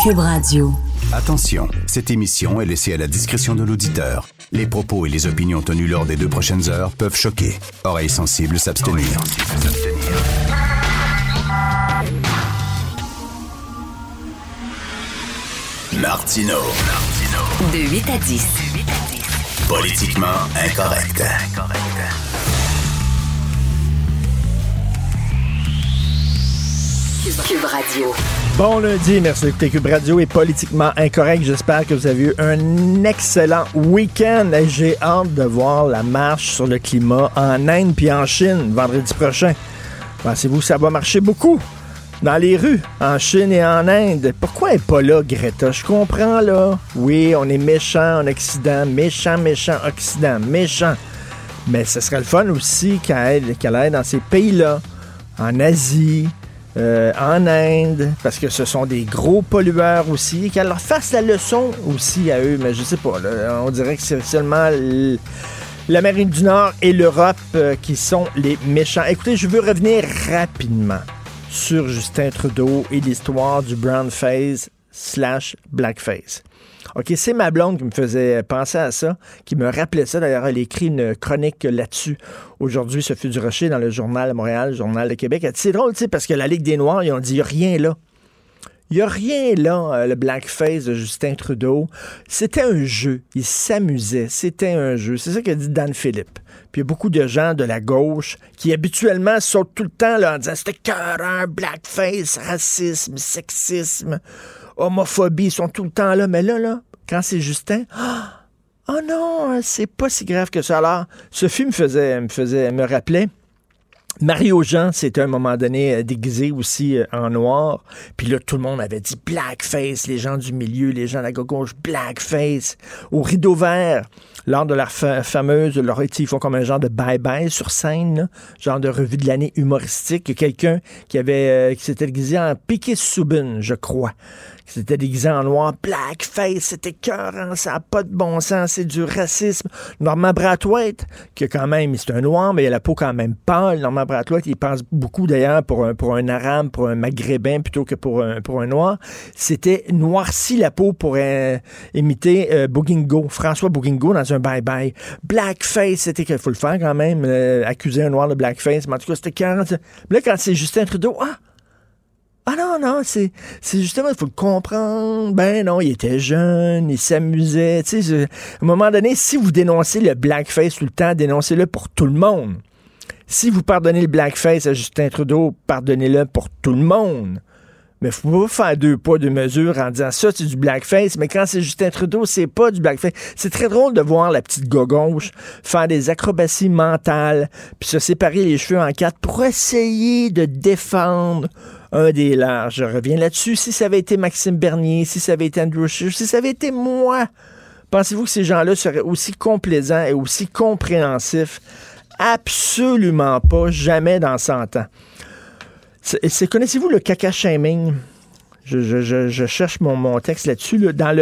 Cube Radio. Attention, cette émission est laissée à la discrétion de l'auditeur. Les propos et les opinions tenues lors des 2 prochaines heures peuvent choquer. Oreilles sensibles s'abstenir. Martino. De 8 à 10. Politiquement incorrect. Cube Radio. Bon lundi, merci d'écouter Cube Radio et Politiquement Incorrect. J'espère que vous avez eu un excellent week-end. J'ai hâte de voir la marche sur le climat en Inde puis en Chine vendredi prochain. Pensez-vous que ça va marcher beaucoup dans les rues, en Chine et en Inde? Pourquoi elle n'est pas là, Greta? Je comprends, là. Oui, on est méchant en Occident, méchant Occident, méchant. Mais ce serait le fun aussi qu'elle aille dans ces pays-là, en Asie, en Inde, parce que ce sont des gros pollueurs aussi, qu'elle leur fasse la leçon aussi à eux, mais je sais pas, là, on dirait que c'est seulement l'Amérique du Nord et l'Europe qui sont les méchants. Écoutez, je veux revenir rapidement sur Justin Trudeau et l'histoire du brown face / blackface. OK, c'est ma blonde qui me faisait penser à ça, qui me rappelait ça. D'ailleurs, elle a écrit une chronique là-dessus. Aujourd'hui, Sophie Durocher, dans le Journal de Montréal, le Journal de Québec. Elle dit, c'est drôle, tu sais, parce que la Ligue des Noirs, ils ont dit, il n'y a rien là. Il n'y a rien là, le blackface de Justin Trudeau. C'était un jeu. Il s'amusait. C'était un jeu. C'est ça qu'a dit Dan Philippe. Puis il y a beaucoup de gens de la gauche qui habituellement sautent tout le temps là, en disant, c'était écœurant, blackface, racisme, sexisme, homophobie, ils sont tout le temps là. Mais là, quand c'est Justin, oh non, c'est pas si grave que ça. Alors, Sophie me rappelait, Mario Jean, c'était à un moment donné déguisé aussi en noir. Puis là, tout le monde avait dit blackface, les gens du milieu, les gens de la gauche, blackface. Au Rideau Vert, lors de leur fameuse, ils font comme un genre de bye-bye sur scène, là, genre de revue de l'année humoristique. Il y a quelqu'un qui s'était déguisé en Piquet Souben, je crois. Qui s'était déguisé en noir, blackface, c'était écœurant, ça n'a pas de bon sens, c'est du racisme. Norman Brathwaite, qui quand même, c'est un noir, mais il a la peau quand même pâle. Norman Brathwaite, il pense beaucoup d'ailleurs pour un arabe, pour un maghrébin, plutôt que pour un noir. C'était noirci la peau pour imiter Bougingo, François Bougingo dans un bye-bye. Blackface, c'était qu'il faut le faire quand même, accuser un noir de blackface, mais en tout cas, c'était écœurant. Mais là, quand c'est Justin Trudeau, non, c'est justement, il faut le comprendre. Ben non, il était jeune, il s'amusait. Tu sais, à un moment donné, si vous dénoncez le blackface tout le temps, dénoncez-le pour tout le monde. Si vous pardonnez le blackface à Justin Trudeau, pardonnez-le pour tout le monde. Mais il faut pas faire 2 poids, 2 mesures en disant ça, c'est du blackface. Mais quand c'est Justin Trudeau, c'est pas du blackface. C'est très drôle de voir la petite gauche faire des acrobaties mentales, puis se séparer les cheveux en 4 pour essayer de défendre un des leurs. Je reviens là-dessus. Si ça avait été Maxime Bernier, si ça avait été Andrew Scheer, si ça avait été moi, pensez-vous que ces gens-là seraient aussi complaisants et aussi compréhensifs? Absolument pas. Jamais dans 100 ans. Connaissez-vous le caca shaming? Je cherche mon texte là-dessus. Là. Dans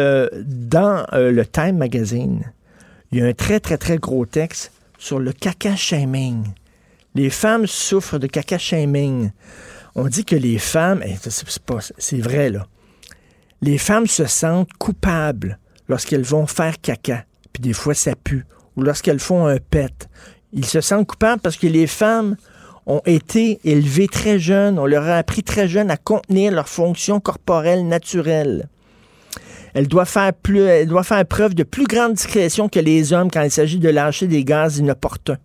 le Time Magazine, il y a un très, très, très gros texte sur le caca shaming. Les femmes souffrent de caca shaming. On dit que les femmes, c'est vrai là, les femmes se sentent coupables lorsqu'elles vont faire caca, puis des fois ça pue, ou lorsqu'elles font un pet. Ils se sentent coupables parce que les femmes ont été élevées très jeunes, on leur a appris très jeunes à contenir leurs fonctions corporelles naturelles. Elles doivent faire preuve de plus grande discrétion que les hommes quand il s'agit de lâcher des gaz inopportuns.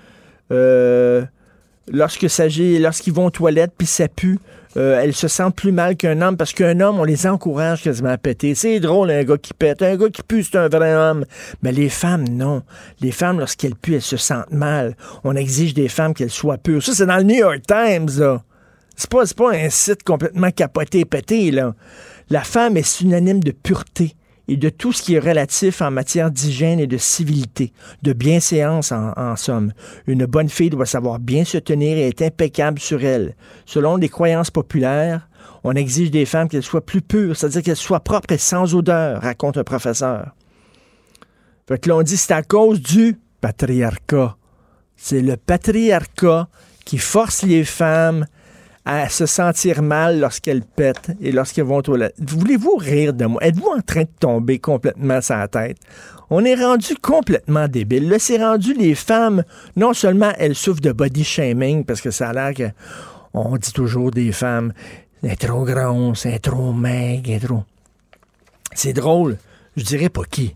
Lorsqu'ils vont aux toilettes puis ça pue, elles se sentent plus mal qu'un homme parce qu'un homme, on les encourage quasiment à péter. C'est drôle, un gars qui pète. Un gars qui pue, c'est un vrai homme. Mais les femmes, non. Les femmes, lorsqu'elles puent, elles se sentent mal. On exige des femmes qu'elles soient pures. Ça, c'est dans le New York Times, là. C'est pas un site complètement capoté et pété, là. La femme est synonyme de pureté et de tout ce qui est relatif en matière d'hygiène et de civilité, de bienséance en somme. Une bonne fille doit savoir bien se tenir et être impeccable sur elle. Selon les croyances populaires, on exige des femmes qu'elles soient plus pures, c'est-à-dire qu'elles soient propres et sans odeur, raconte un professeur. Fait que l'on dit c'est à cause du patriarcat. C'est le patriarcat qui force les femmes à se sentir mal lorsqu'elles pètent et lorsqu'elles vont aux toilettes. Voulez-vous rire de moi? Êtes-vous en train de tomber complètement sur la tête? On est rendu complètement débile. Là, c'est rendu les femmes, non seulement elles souffrent de body shaming, parce que ça a l'air que on dit toujours des femmes, elle est trop grosse, elle est trop maigre, elle est trop... C'est drôle. Je dirais pas qui.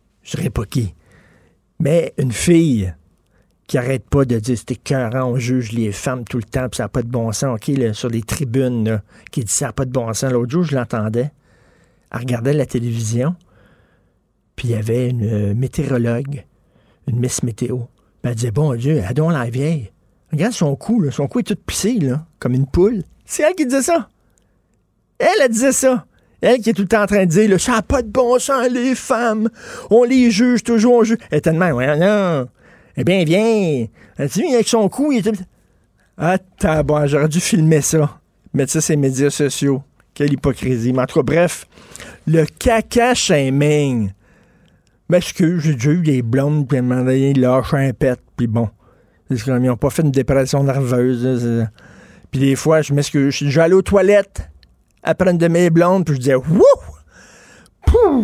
Mais une fille qui arrête pas de dire c'est écœurant, on juge les femmes tout le temps, puis ça n'a pas de bon sens, OK, là, sur les tribunes, là, qui dit ça n'a pas de bon sens. L'autre jour, je l'entendais. Elle regardait la télévision, puis il y avait une météorologue, une Miss Météo. Puis elle disait, bon Dieu, elle donne la vieille. Regarde son cou, là. Son cou est tout pissé, là, comme une poule. C'est elle qui disait ça. Elle disait ça. Elle qui est tout le temps en train de dire, là, ça n'a pas de bon sens, les femmes. On les juge toujours, on juge. Elle est tellement, ouais, non. Eh bien, viens. Tu vois, avec son cou, il était... Ah, bon, j'aurais dû filmer ça. Mettre ça sur les médias sociaux. Quelle hypocrisie. Mais en tout cas, bref, le caca shaming. M'excuse, j'ai déjà eu des blondes, puis ils lâchent un pet, puis bon. Ils n'ont pas fait une dépression nerveuse. Puis des fois, je m'excuse. Je vais aller aux toilettes après une de mes blondes, puis je disais, wouh! Pouh!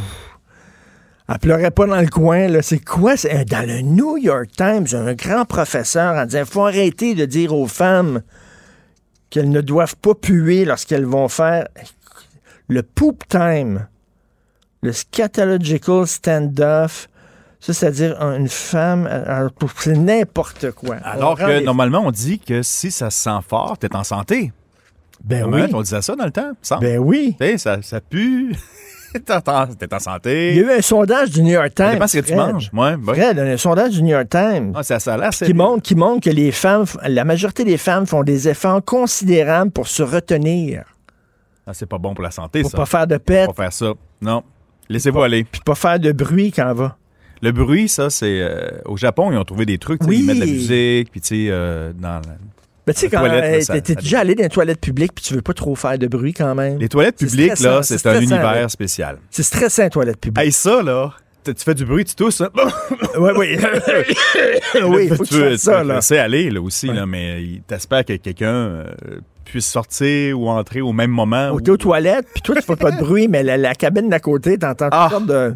Elle pleurait pas dans le coin, là. C'est quoi? C'est dans le New York Times, un grand professeur en disant, faut arrêter de dire aux femmes qu'elles ne doivent pas puer lorsqu'elles vont faire le poop time, le scatological stand-off. Ça, c'est-à-dire une femme, c'est n'importe quoi. Alors que normalement, on dit que si ça se sent fort, t'es en santé. Ben oui. oui. On disait ça dans le temps, ça. Ben oui. Tu sais, ça pue. T'es en santé. Il y a eu un sondage du New York Times. Ça dépend ce que tu manges. Ouais. Fred, un sondage du New York Times. Ah, ça a l'air qui montre que les femmes, la majorité des femmes font des efforts considérables pour se retenir. Ah, c'est pas bon pour la santé, pour ça. Pour pas faire de pète. Pour pas faire ça. Non. Laissez-vous aller. Puis pas faire de bruit quand on va. Le bruit, ça, c'est... au Japon, ils ont trouvé des trucs. Oui. Ils mettent de la musique, puis tu sais, dans... Ben, tu sais, quand t'es déjà allé dans les toilettes publiques puis tu veux pas trop faire de bruit quand même. Les toilettes publiques, là, c'est un univers spécial. C'est stressant, les toilettes publiques. Hey, ça, là, tu fais du bruit, tu tousses. Hein? Oui. Oui, il faut que tu fasses ça, là. Tu sais aller, là, aussi, ouais. là, mais t'espères que quelqu'un puisse sortir ou entrer au même moment. T'es aux toilettes, puis toi, tu fais pas de bruit, mais la cabine d'à côté, t'entends toutes sortes de...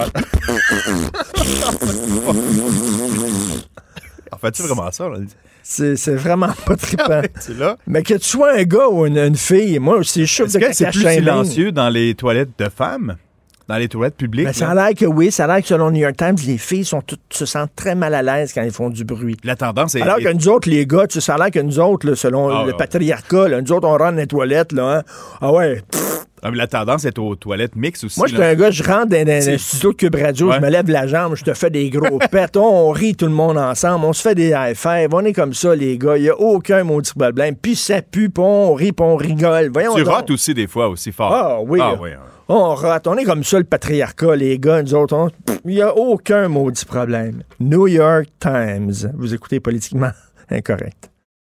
En fait-tu vraiment ça, là? C'est vraiment pas trippant. C'est là. Mais que tu sois un gars ou une fille, moi aussi, je chauffe de caca. Est-ce que c'est plus silencieux dans les toilettes de femmes? Dans les toilettes publiques? Ben, ça a l'air que oui. Ça a l'air que selon le New York Times, les filles se sentent très mal à l'aise quand ils font du bruit. La tendance est... Alors que nous autres, les gars, ça a l'air que nous autres, là, selon le patriarcat, là, nous autres, on rentre dans les toilettes, là, hein? Ah ouais, Ah, mais la tendance est aux toilettes mixtes aussi. Moi, je suis un gars, je rentre dans un studio de Cube Radio, je me lève la jambe, je te fais des gros pets, on rit tout le monde ensemble, on se fait des high-fives, on est comme ça, les gars, il n'y a aucun maudit problème. Puis ça pue, puis on rit, puis on rigole. Voyons tu donc. rotes aussi des fois, aussi fort. Ah oui. Ah, oui. On rote, on est comme ça, le patriarcat, les gars, nous autres, il n'y a aucun maudit problème. New York Times. Vous écoutez Politiquement Incorrect.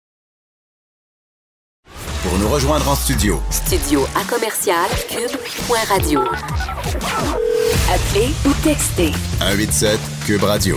Pour nous rejoindre en studio. Studio à commercial cube.radio. Appelez ou textez. 187 Cube Radio.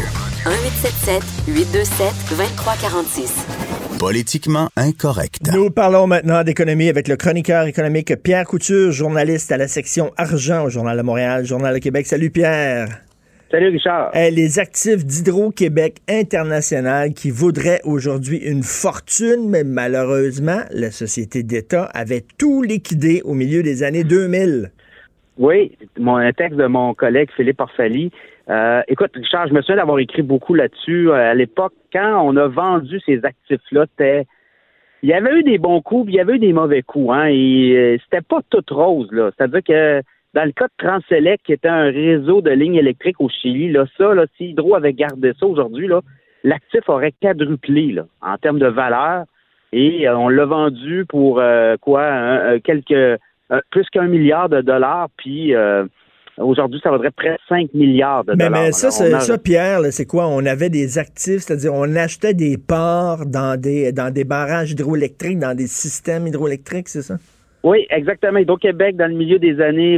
1877-827-2346. Politiquement incorrect. Nous parlons maintenant d'économie avec le chroniqueur économique Pierre Couture, journaliste à la section argent au Journal de Montréal, Journal de Québec. Salut Pierre. Salut Richard. Les actifs d'Hydro-Québec International qui vaudraient aujourd'hui une fortune, mais malheureusement, la société d'État avait tout liquidé au milieu des années 2000. Oui, un texte de mon collègue Philippe Orfali. Écoute, Richard, je me souviens d'avoir écrit beaucoup là-dessus. À l'époque, quand on a vendu ces actifs-là, il y avait eu des bons coups, puis il y avait eu des mauvais coups. Hein, et c'était pas tout rose, là. C'est-à-dire que dans le cas de Transelec, qui était un réseau de lignes électriques au Chili, là, si Hydro avait gardé ça aujourd'hui, là, l'actif aurait quadruplé là, en termes de valeur. Et on l'a vendu pour plus qu'1 milliard de dollars, puis aujourd'hui, ça vaudrait près de 5 milliards de dollars. Mais ça, Pierre, là, c'est quoi? On avait des actifs, c'est-à-dire on achetait des parts dans des barrages hydroélectriques, dans des systèmes hydroélectriques, c'est ça? Oui, exactement. Hydro-Québec, dans le milieu des années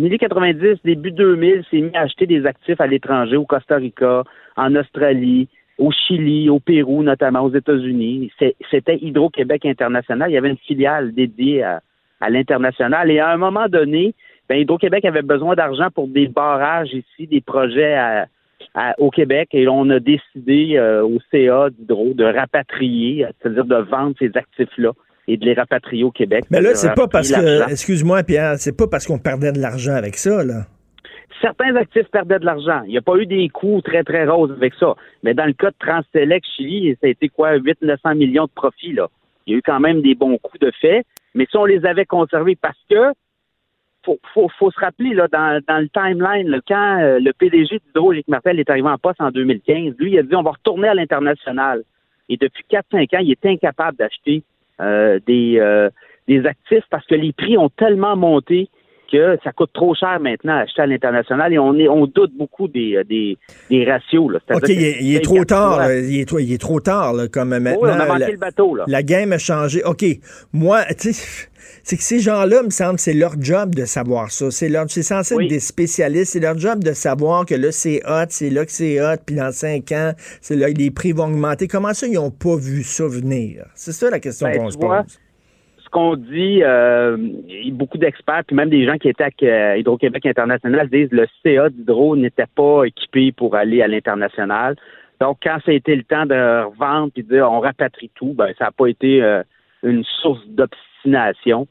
90, début 2000, s'est mis à acheter des actifs à l'étranger, au Costa Rica, en Australie, au Chili, au Pérou, notamment aux États-Unis. C'était Hydro-Québec International. Il y avait une filiale dédiée à l'international. Et à un moment donné, Hydro-Québec avait besoin d'argent pour des barrages ici, des projets au Québec. Et on a décidé au CA d'Hydro de rapatrier, c'est-à-dire de vendre ces actifs-là et de les rapatrier au Québec. Mais là, c'est pas parce que, excuse-moi Pierre, c'est pas parce qu'on perdait de l'argent avec ça, là. Certains actifs perdaient de l'argent. Il n'y a pas eu des coûts très, très roses avec ça. Mais dans le cas de Transelec Chili, ça a été 800-900 millions de profits, là. Il y a eu quand même des bons coups de fait. Mais si on les avait conservés, parce que faut se rappeler, là, dans le timeline, là, quand le PDG d'Hydro, Éric Martel, est arrivé en poste en 2015, lui, il a dit on va retourner à l'international. Et depuis 4-5 ans, il est incapable d'acheter des actifs parce que les prix ont tellement monté que ça coûte trop cher maintenant à acheter à l'international et on doute beaucoup des ratios. Là. OK, il est trop tard. Là. Il est trop tard, là, comme maintenant. Oui, on a manqué le bateau. Là. La game a changé. OK, moi, tu sais, c'est que ces gens-là, me semble, c'est leur job de savoir ça. C'est censé être des spécialistes. C'est leur job de savoir que là, c'est hot, c'est là que c'est hot, puis dans 5 ans, c'est là que les prix vont augmenter. Comment ça, ils n'ont pas vu ça venir? C'est ça la question qu'on se pose. Qu'on dit, beaucoup d'experts, puis même des gens qui étaient à Hydro-Québec International disent que le CA d'Hydro n'était pas équipé pour aller à l'international. Donc, quand ça a été le temps de revendre puis de dire on rapatrie tout, ça n'a pas été une source d'obstination.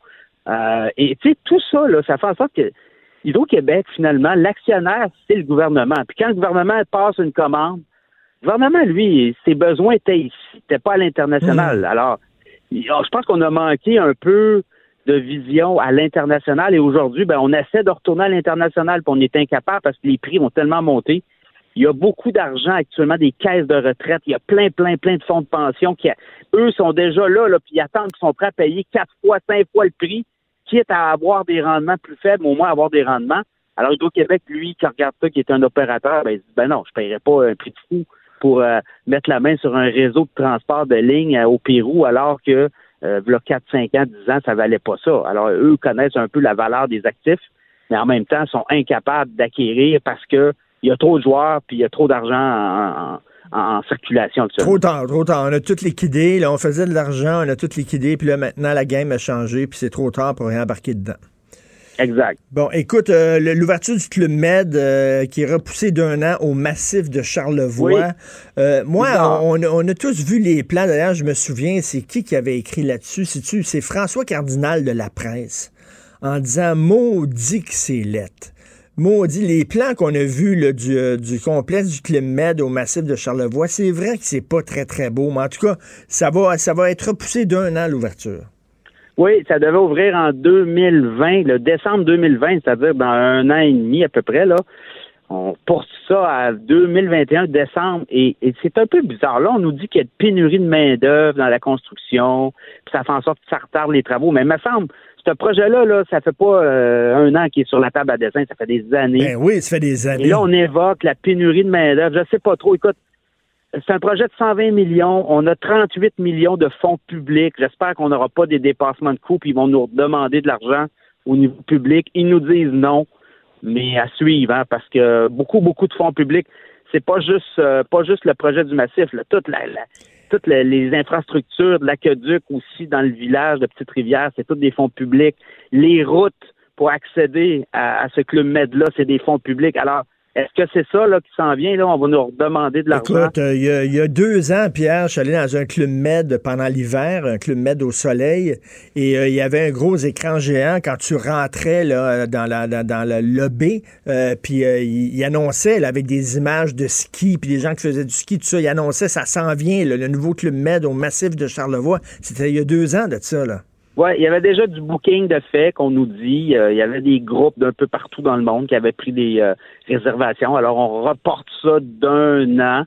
Et tu sais, tout ça, là, ça fait en sorte que Hydro-Québec, finalement, l'actionnaire, c'est le gouvernement. Puis quand le gouvernement passe une commande, le gouvernement, lui, ses besoins étaient ici, n'étaient pas à l'international. Alors, je pense qu'on a manqué un peu de vision à l'international et aujourd'hui, on essaie de retourner à l'international puis on est incapable parce que les prix ont tellement monté. Il y a beaucoup d'argent actuellement, des caisses de retraite. Il y a plein de fonds de pension qui, eux, sont déjà là puis ils attendent qu'ils sont prêts à payer 4 fois, 5 fois le prix, quitte à avoir des rendements plus faibles, mais au moins avoir des rendements. Alors, Hydro-Québec, lui, qui regarde ça, qui est un opérateur, il dit, non, je ne paierai pas un prix de fou pour mettre la main sur un réseau de transport de ligne au Pérou, alors que, là, 4, 5 ans, 10 ans, ça valait pas ça. Alors, eux connaissent un peu la valeur des actifs, mais en même temps, sont incapables d'acquérir parce que il y a trop de joueurs puis il y a trop d'argent en circulation. Trop tard. On a tout liquidé. Là, on faisait de l'argent, on a tout liquidé, puis là, maintenant, la game a changé, puis c'est trop tard pour réembarquer dedans. Exact. Bon, écoute, l'ouverture du Club Med qui est repoussée d'1 an au massif de Charlevoix. Oui. Moi, on a tous vu les plans. D'ailleurs, je me souviens, c'est qui avait écrit là-dessus? C'est François Cardinal de La Presse en disant « Maudit que c'est lettre ». Maudit, les plans qu'on a vus là, du complexe du Club Med au massif de Charlevoix, c'est vrai que c'est pas très, très beau, mais en tout cas, ça va être repoussé d'1 an l'ouverture. Oui, ça devait ouvrir en 2020, le décembre 2020, c'est-à-dire dans 1 an et demi à peu près, là. On poursuit ça à 2021, décembre, et c'est un peu bizarre. Là, on nous dit qu'il y a de pénurie de main-d'œuvre dans la construction, puis ça fait en sorte que ça retarde les travaux. Mais il me semble, ce projet-là, là, ça fait pas 1 an qu'il est sur la table à dessin, ça fait des années. Ben oui, ça fait des années. Et là, on évoque la pénurie de main-d'œuvre. Je sais pas trop. Écoute, c'est un projet de 120 millions. On a 38 millions de fonds publics. J'espère qu'on n'aura pas des dépassements de coûts puis ils vont nous demander de l'argent au niveau public. Ils nous disent non, mais à suivre, hein, parce que beaucoup de fonds publics, c'est pas juste le projet du massif. Là. Toutes les infrastructures de l'aqueduc aussi dans le village de Petite-Rivière, c'est toutes des fonds publics. Les routes pour accéder à ce Club Med-là, c'est des fonds publics. Alors, est-ce que c'est ça là, qui s'en vient? Là? On va nous redemander de l'argent. Écoute, il y a 2 ans, Pierre, je suis allé dans un Club Med pendant l'hiver, un Club Med au soleil, et il y avait un gros écran géant quand tu rentrais là, dans le lobby, puis il annonçait là, avec des images de ski, puis des gens qui faisaient du ski, tout ça, il annonçait ça s'en vient, là, le nouveau Club Med au massif de Charlevoix. C'était il y a 2 ans de ça, là. Oui, il y avait déjà du booking de fait qu'on nous dit. Il y avait des groupes d'un peu partout dans le monde qui avaient pris des réservations. Alors, on reporte ça d'1 an.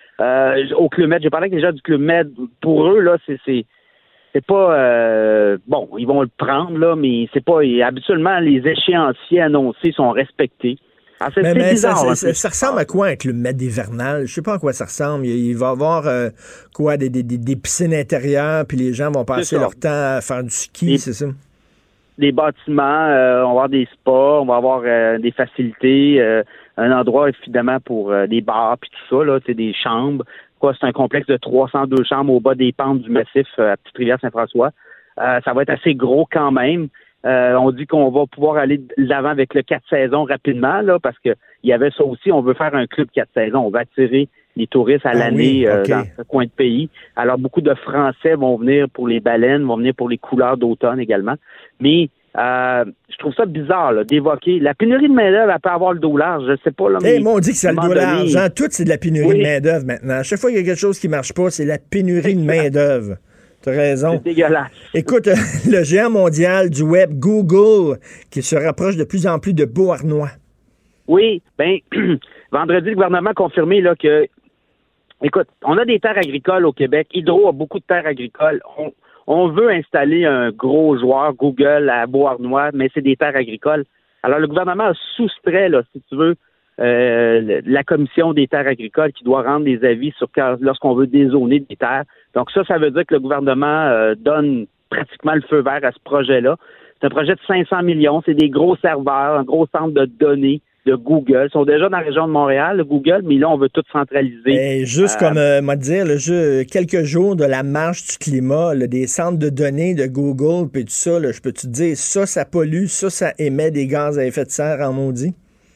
Au Club Med, j'ai parlé avec les gens du Club Med. Pour eux, là, c'est pas... bon, ils vont le prendre, là, mais c'est pas... Habituellement, les échéanciers annoncés sont respectés. Ah, mais bizarre, ça ressemble à quoi un Club Med hivernal? Je sais pas à quoi ça ressemble. Il va y avoir quoi, des piscines intérieures, puis les gens vont passer leur temps à faire du ski, c'est ça? Des bâtiments, on va avoir des spas, on va avoir des facilités, un endroit évidemment pour des bars puis tout ça, là, des chambres C'est un complexe de 302 chambres au bas des pentes du massif à Petite-Rivière-Saint-François. Ça va être assez gros quand même. On dit qu'on va pouvoir aller de l'avant avec le 4 saisons rapidement, là, parce que il y avait ça aussi. On veut faire un club 4 saisons. On va attirer les touristes à l'année dans ce coin de pays. Alors, beaucoup de Français vont venir pour les baleines, vont venir pour les couleurs d'automne également. Mais je trouve ça bizarre là, d'évoquer la pénurie de main-d'œuvre. Elle peut avoir le dos large, je sais pas. Là, mais on dit que ça le dos large. Tout, c'est de la pénurie de main-d'œuvre maintenant. À chaque fois qu'il y a quelque chose qui marche pas, c'est la pénurie de main-d'œuvre. T'as raison. C'est dégueulasse. Écoute, le géant mondial du web, Google, qui se rapproche de plus en plus de Beauharnois. Oui, vendredi, le gouvernement a confirmé là, que, écoute, on a des terres agricoles au Québec. Hydro a beaucoup de terres agricoles. On veut installer un gros joueur, Google, à Beauharnois, mais c'est des terres agricoles. Alors, le gouvernement a soustrait, là, si tu veux, la commission des terres agricoles qui doit rendre des avis sur lorsqu'on veut dézoner des terres. Donc ça veut dire que le gouvernement donne pratiquement le feu vert à ce projet-là. C'est un projet de 500 millions. C'est des gros serveurs, un gros centre de données de Google. Ils sont déjà dans la région de Montréal, le Google, mais là, on veut tout centraliser. Et juste comme, dire, quelques jours de la marche du climat, là, des centres de données de Google, puis tout ça, là, je peux te dire, ça pollue, ça émet des gaz à effet de serre en maudit.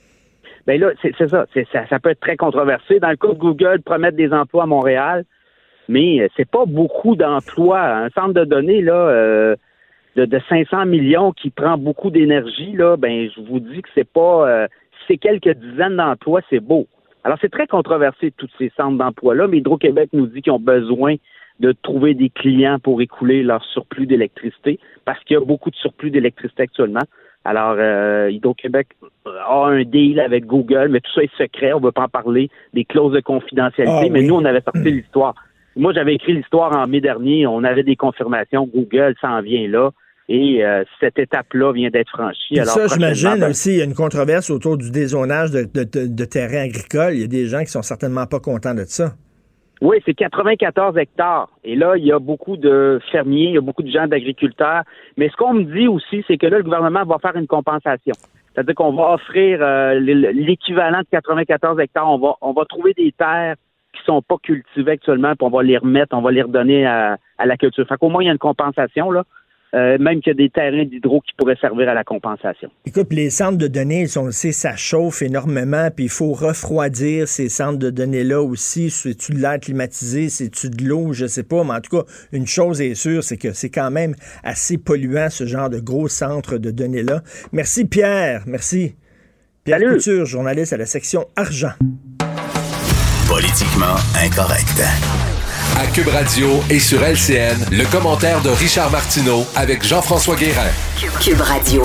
Bien là, c'est ça. Ça peut être très controversé. Dans le cas de Google, promettre des emplois à Montréal, mais c'est pas beaucoup d'emplois. Un centre de données là de 500 millions qui prend beaucoup d'énergie, là, je vous dis que c'est pas... c'est quelques dizaines d'emplois, c'est beau. Alors, c'est très controversé, tous ces centres d'emploi-là, mais Hydro-Québec nous dit qu'ils ont besoin de trouver des clients pour écouler leur surplus d'électricité, parce qu'il y a beaucoup de surplus d'électricité actuellement. Alors, Hydro-Québec a un deal avec Google, mais tout ça est secret, on ne veut pas en parler, des clauses de confidentialité, mais nous, on avait sorti l'histoire. Moi, j'avais écrit l'histoire en mai dernier, on avait des confirmations, Google s'en vient là, et cette étape-là vient d'être franchie. Alors, ça, j'imagine aussi, il y a une controverse autour du dézonage de terrains agricoles. Il y a des gens qui sont certainement pas contents de ça. Oui, c'est 94 hectares. Et là, il y a beaucoup de fermiers, il y a beaucoup de gens d'agriculteurs. Mais ce qu'on me dit aussi, c'est que là, le gouvernement va faire une compensation. C'est-à-dire qu'on va offrir l'équivalent de 94 hectares. On va trouver des terres qui sont pas cultivées actuellement, puis on va les remettre, on va les redonner à la culture. Fait qu'au moins, il y a une compensation, là. Même qu'il y a des terrains d'hydro qui pourraient servir à la compensation. Écoute, les centres de données, ça chauffe énormément, puis il faut refroidir ces centres de données-là aussi. C'est-tu de l'air climatisé, c'est-tu de l'eau, je sais pas, mais en tout cas, une chose est sûre, c'est que c'est quand même assez polluant, ce genre de gros centres de données-là. Merci Pierre, merci. Pierre Salut. Couture, journaliste à la section Argent. Politiquement incorrect. À Cube Radio et sur LCN, le commentaire de Richard Martineau avec Jean-François Guérin. Cube Radio.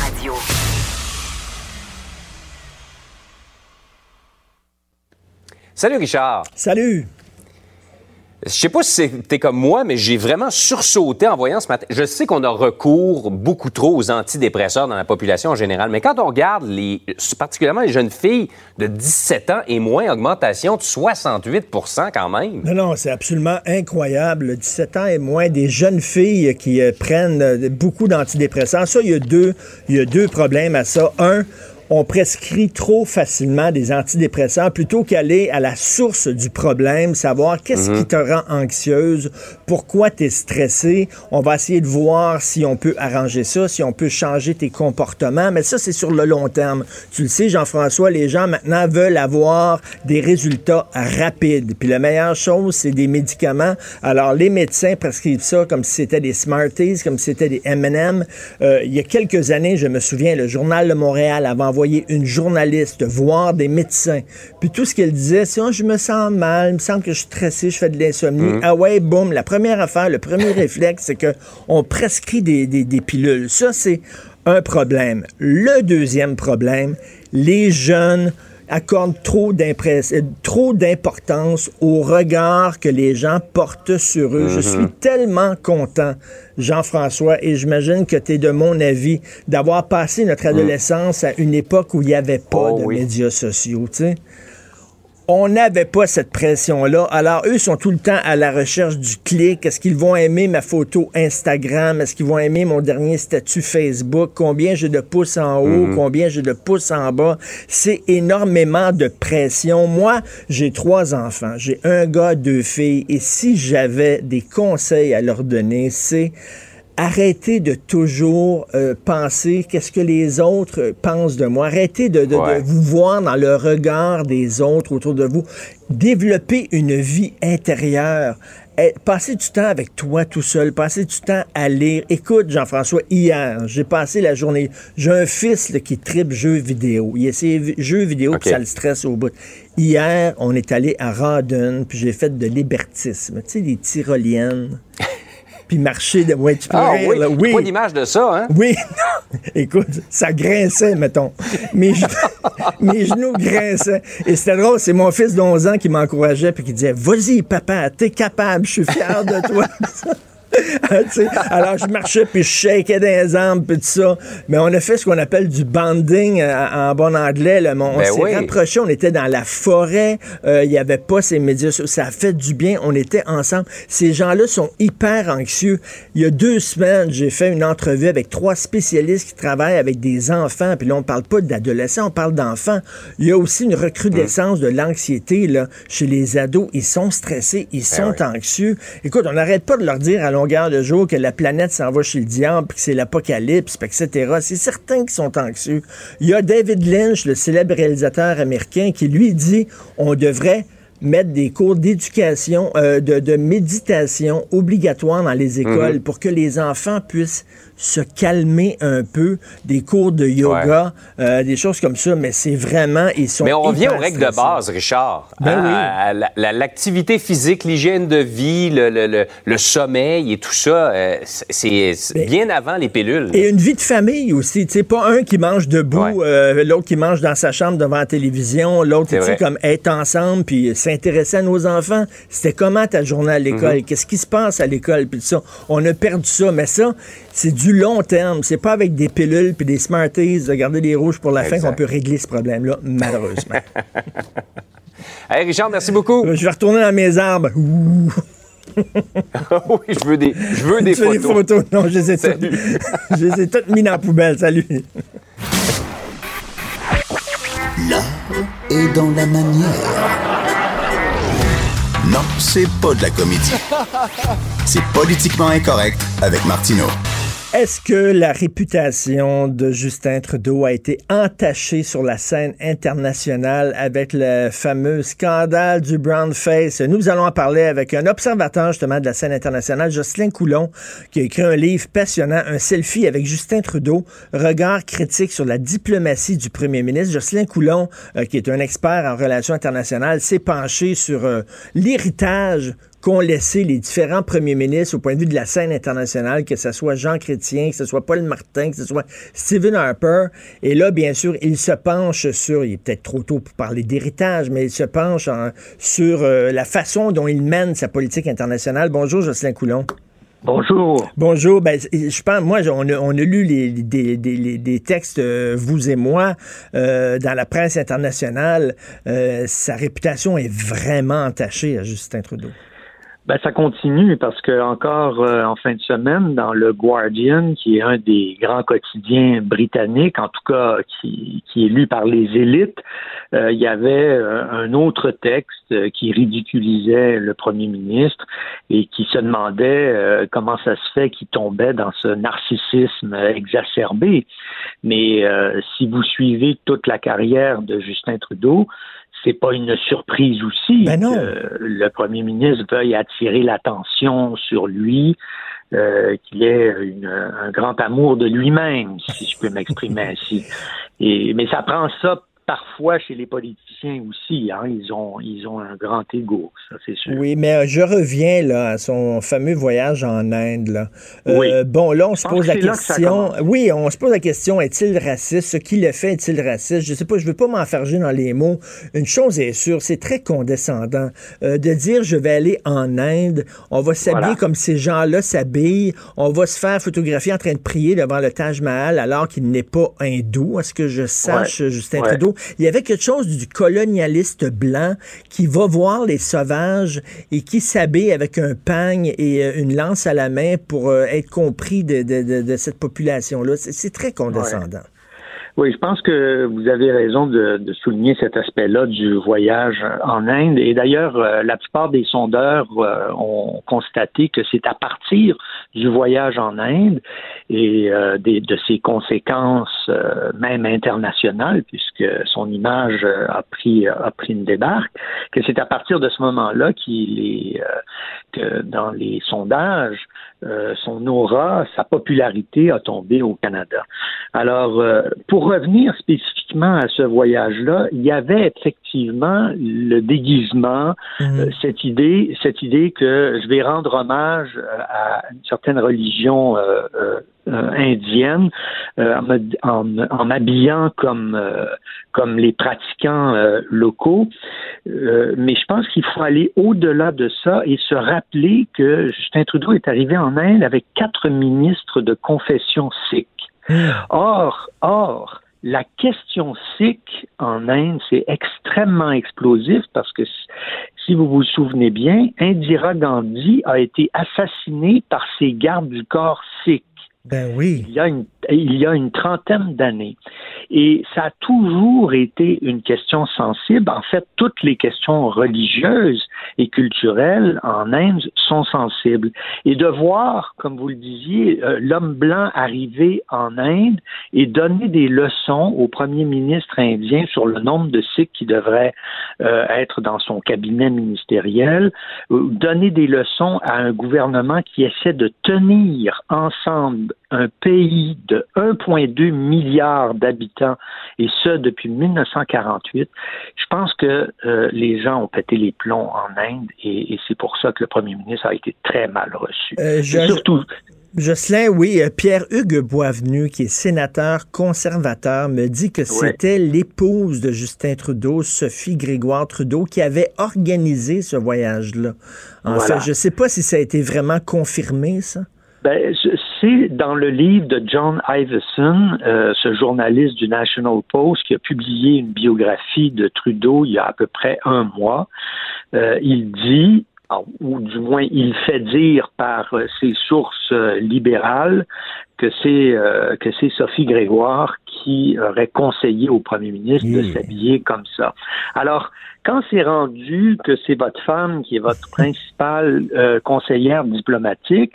Salut Richard. Salut. Je sais pas si t'es comme moi, mais j'ai vraiment sursauté en voyant ce matin. Je sais qu'on a recours beaucoup trop aux antidépresseurs dans la population en général, mais quand on regarde particulièrement les jeunes filles de 17 ans et moins, augmentation de 68 % quand même. Non, c'est absolument incroyable. 17 ans et moins, des jeunes filles qui prennent beaucoup d'antidépresseurs. Ça, il y a deux problèmes à ça. Un, on prescrit trop facilement des antidépresseurs plutôt qu'aller à la source du problème, savoir qu'est-ce qui te rend anxieuse, pourquoi tu es stressé. On va essayer de voir si on peut arranger ça, si on peut changer tes comportements, mais ça, c'est sur le long terme. Tu le sais, Jean-François, les gens maintenant veulent avoir des résultats rapides. Puis la meilleure chose, c'est des médicaments. Alors, les médecins prescrivent ça comme si c'était des Smarties, comme si c'était des M&M. Il y a quelques années, je me souviens, le Journal de Montréal avait envoyé une journaliste voir des médecins. Puis tout ce qu'elle disait, c'est « je me sens mal, il me semble que je suis stressé, je fais de l'insomnie. Ah ouais, boum, la première affaire, le premier réflexe, c'est qu'on prescrit des pilules. Ça, c'est un problème. Le deuxième problème, les jeunes accordent trop d'importance au regard que les gens portent sur eux. Je suis tellement content, Jean-François, et j'imagine que tu es de mon avis, d'avoir passé notre adolescence à une époque où il n'y avait pas de médias sociaux, tu sais. On n'avait pas cette pression-là. Alors, eux sont tout le temps à la recherche du clic. Est-ce qu'ils vont aimer ma photo Instagram? Est-ce qu'ils vont aimer mon dernier statut Facebook? Combien j'ai de pouces en haut? Combien j'ai de pouces en bas? C'est énormément de pression. Moi, j'ai 3 enfants. J'ai un gars, 2 filles. Et si j'avais des conseils à leur donner, c'est... Arrêtez de toujours penser qu'est-ce que les autres pensent de moi. Arrêtez de vous voir dans le regard des autres autour de vous. Développez une vie intérieure. Passez du temps avec toi tout seul. Passez du temps à lire. Écoute, Jean-François, hier, j'ai passé la journée. J'ai un fils là, qui tripe jeux vidéo. Il essaie jeux vidéo, puis ça le stresse au bout. Hier, on est allé à Rawdon, puis j'ai fait de l'hébertisme. Tu sais, des tyroliennes. Puis marcher de... Ouais, tu peux rire, oui. là. Oui. Pas d'image de ça, hein? Oui. Écoute, ça grinçait, mettons. Mes genoux grinçaient. Et c'était drôle, c'est mon fils d'11 ans qui m'encourageait puis qui disait « Vas-y, papa, t'es capable, je suis fier de toi. » Alors, je marchais, puis je shakeais dans les arbres, puis tout ça. Mais on a fait ce qu'on appelle du bonding en bon anglais. Là. On s'est rapprochés, on était dans la forêt. Il n'y avait pas ces médias sociaux. Ça a fait du bien, on était ensemble. Ces gens-là sont hyper anxieux. Il y a 2 semaines, j'ai fait une entrevue avec 3 spécialistes qui travaillent avec des enfants. Puis là, on ne parle pas d'adolescents, on parle d'enfants. Il y a aussi une recrudescence de l'anxiété là, chez les ados. Ils sont stressés, ils sont anxieux. Écoute, on n'arrête pas de leur dire à longueur de jour que la planète s'en va chez le diable, puis que c'est l'apocalypse, puis etc. C'est certains qui sont anxieux. Il y a David Lynch, le célèbre réalisateur américain, qui lui dit on devrait mettre des cours d'éducation, de méditation obligatoires dans les écoles pour que les enfants puissent se calmer un peu, des cours de yoga, des choses comme ça, mais c'est vraiment, ils sont... Mais on revient aux règles de base, Richard. L'activité physique, l'hygiène de vie, le sommeil et tout ça, c'est bien avant les pilules. Et une vie de famille aussi, tu sais, pas un qui mange debout, l'autre qui mange dans sa chambre devant la télévision, l'autre, tu sais, comme être ensemble, puis s'intéresser à nos enfants. C'était comment ta journée à l'école? Qu'est-ce qui se passe à l'école? Puis ça, on a perdu ça, mais ça, c'est du long terme. C'est pas avec des pilules puis des Smarties de garder les rouges pour la fin qu'on peut régler ce problème-là, malheureusement. Hey Richard, merci beaucoup. Je vais retourner dans mes arbres. Oui, je veux des photos. Des photos. Non, je les ai toutes mis dans la poubelle. Salut. L'art est dans la manière. Non, c'est pas de la comédie. C'est Politiquement incorrect avec Martineau. Est-ce que la réputation de Justin Trudeau a été entachée sur la scène internationale avec le fameux scandale du brown face? Nous allons en parler avec un observateur justement de la scène internationale, Jocelyn Coulon, qui a écrit un livre passionnant, un selfie avec Justin Trudeau, regard critique sur la diplomatie du premier ministre. Jocelyn Coulon, qui est un expert en relations internationales, s'est penché sur l'héritage qu'ont laissé les différents premiers ministres au point de vue de la scène internationale, que ce soit Jean Chrétien, que ce soit Paul Martin, que ce soit Stephen Harper. Et là, bien sûr, il se penche sur, il est peut-être trop tôt pour parler d'héritage, mais il se penche sur la façon dont il mène sa politique internationale. Bonjour, Jocelyn Coulon. Bonjour. Bonjour. Ben, je pense, moi, on a lu des textes, vous et moi, dans la presse internationale. Sa réputation est vraiment entachée à Justin Trudeau. Ben, ça continue parce que encore en fin de semaine, dans le Guardian, qui est un des grands quotidiens britanniques, en tout cas qui est lu par les élites, il y avait un autre texte qui ridiculisait le premier ministre et qui se demandait comment ça se fait qu'il tombait dans ce narcissisme exacerbé. Mais si vous suivez toute la carrière de Justin Trudeau, c'est pas une surprise aussi que le premier ministre veuille attirer l'attention sur lui, qu'il ait un grand amour de lui-même, si je peux m'exprimer ainsi. Mais ça prend ça parfois chez les politiciens aussi, hein, ils ont un grand ego, ça c'est sûr. Oui, mais je reviens là à son fameux voyage en Inde là. Bon, là on se pose la question. Oui, on se pose la question, est-il raciste? Ce qu'il a fait est-il raciste? Je sais pas, je veux pas m'enfarger dans les mots. Une chose est sûre, c'est très condescendant de dire je vais aller en Inde, on va s'habiller comme ces gens-là s'habillent, on va se faire photographier en train de prier devant le Taj Mahal alors qu'il n'est pas hindou, à ce que je sache, Justin Trudeau. Il y avait quelque chose du colonialiste blanc qui va voir les sauvages et qui s'habille avec un pagne et une lance à la main pour être compris de cette population-là. C'est très condescendant. Ouais. Oui, je pense que vous avez raison de souligner cet aspect-là du voyage en Inde. Et d'ailleurs, la plupart des sondeurs ont constaté que c'est à partir du voyage en Inde et de ses conséquences même internationales, puisque son image a pris une débarque, que c'est à partir de ce moment-là que dans les sondages, son aura, sa popularité a tombé au Canada. Alors, pour revenir spécifiquement à ce voyage-là, il y avait effectivement le déguisement, cette idée que je vais rendre hommage à une certaine religion indienne en m'habillant comme les pratiquants locaux. Mais je pense qu'il faut aller au-delà de ça et se rappeler que Justin Trudeau est arrivé en Inde avec 4 ministres de confession sikh. Or, la question sikh en Inde, c'est extrêmement explosif parce que si vous vous souvenez bien, Indira Gandhi a été assassinée par ses gardes du corps sikh. Ben oui. Il y a une trentaine d'années. Et ça a toujours été une question sensible. En fait, toutes les questions religieuses et culturelles en Inde sont sensibles. Et de voir, comme vous le disiez, l'homme blanc arriver en Inde et donner des leçons au premier ministre indien sur le nombre de Sikhs qui devraient être dans son cabinet ministériel, donner des leçons à un gouvernement qui essaie de tenir ensemble un pays de 1,2 milliard d'habitants, et ce, depuis 1948, je pense que les gens ont pété les plombs en Inde, et c'est pour ça que le premier ministre a été très mal reçu. Surtout... Jocelyn, oui, Pierre-Hugues Boisvenu, qui est sénateur conservateur, me dit que c'était l'épouse de Justin Trudeau, Sophie Grégoire Trudeau, qui avait organisé ce voyage-là. En fait, je ne sais pas si ça a été vraiment confirmé, ça. Ben, c'est dans le livre de John Iveson, ce journaliste du National Post qui a publié une biographie de Trudeau il y a à peu près un mois. Il dit, ou du moins il fait dire par ses sources libérales, que c'est Sophie Grégoire qui aurait conseillé au premier ministre de s'habiller comme ça. Alors, quand c'est rendu que c'est votre femme qui est votre principale conseillère diplomatique,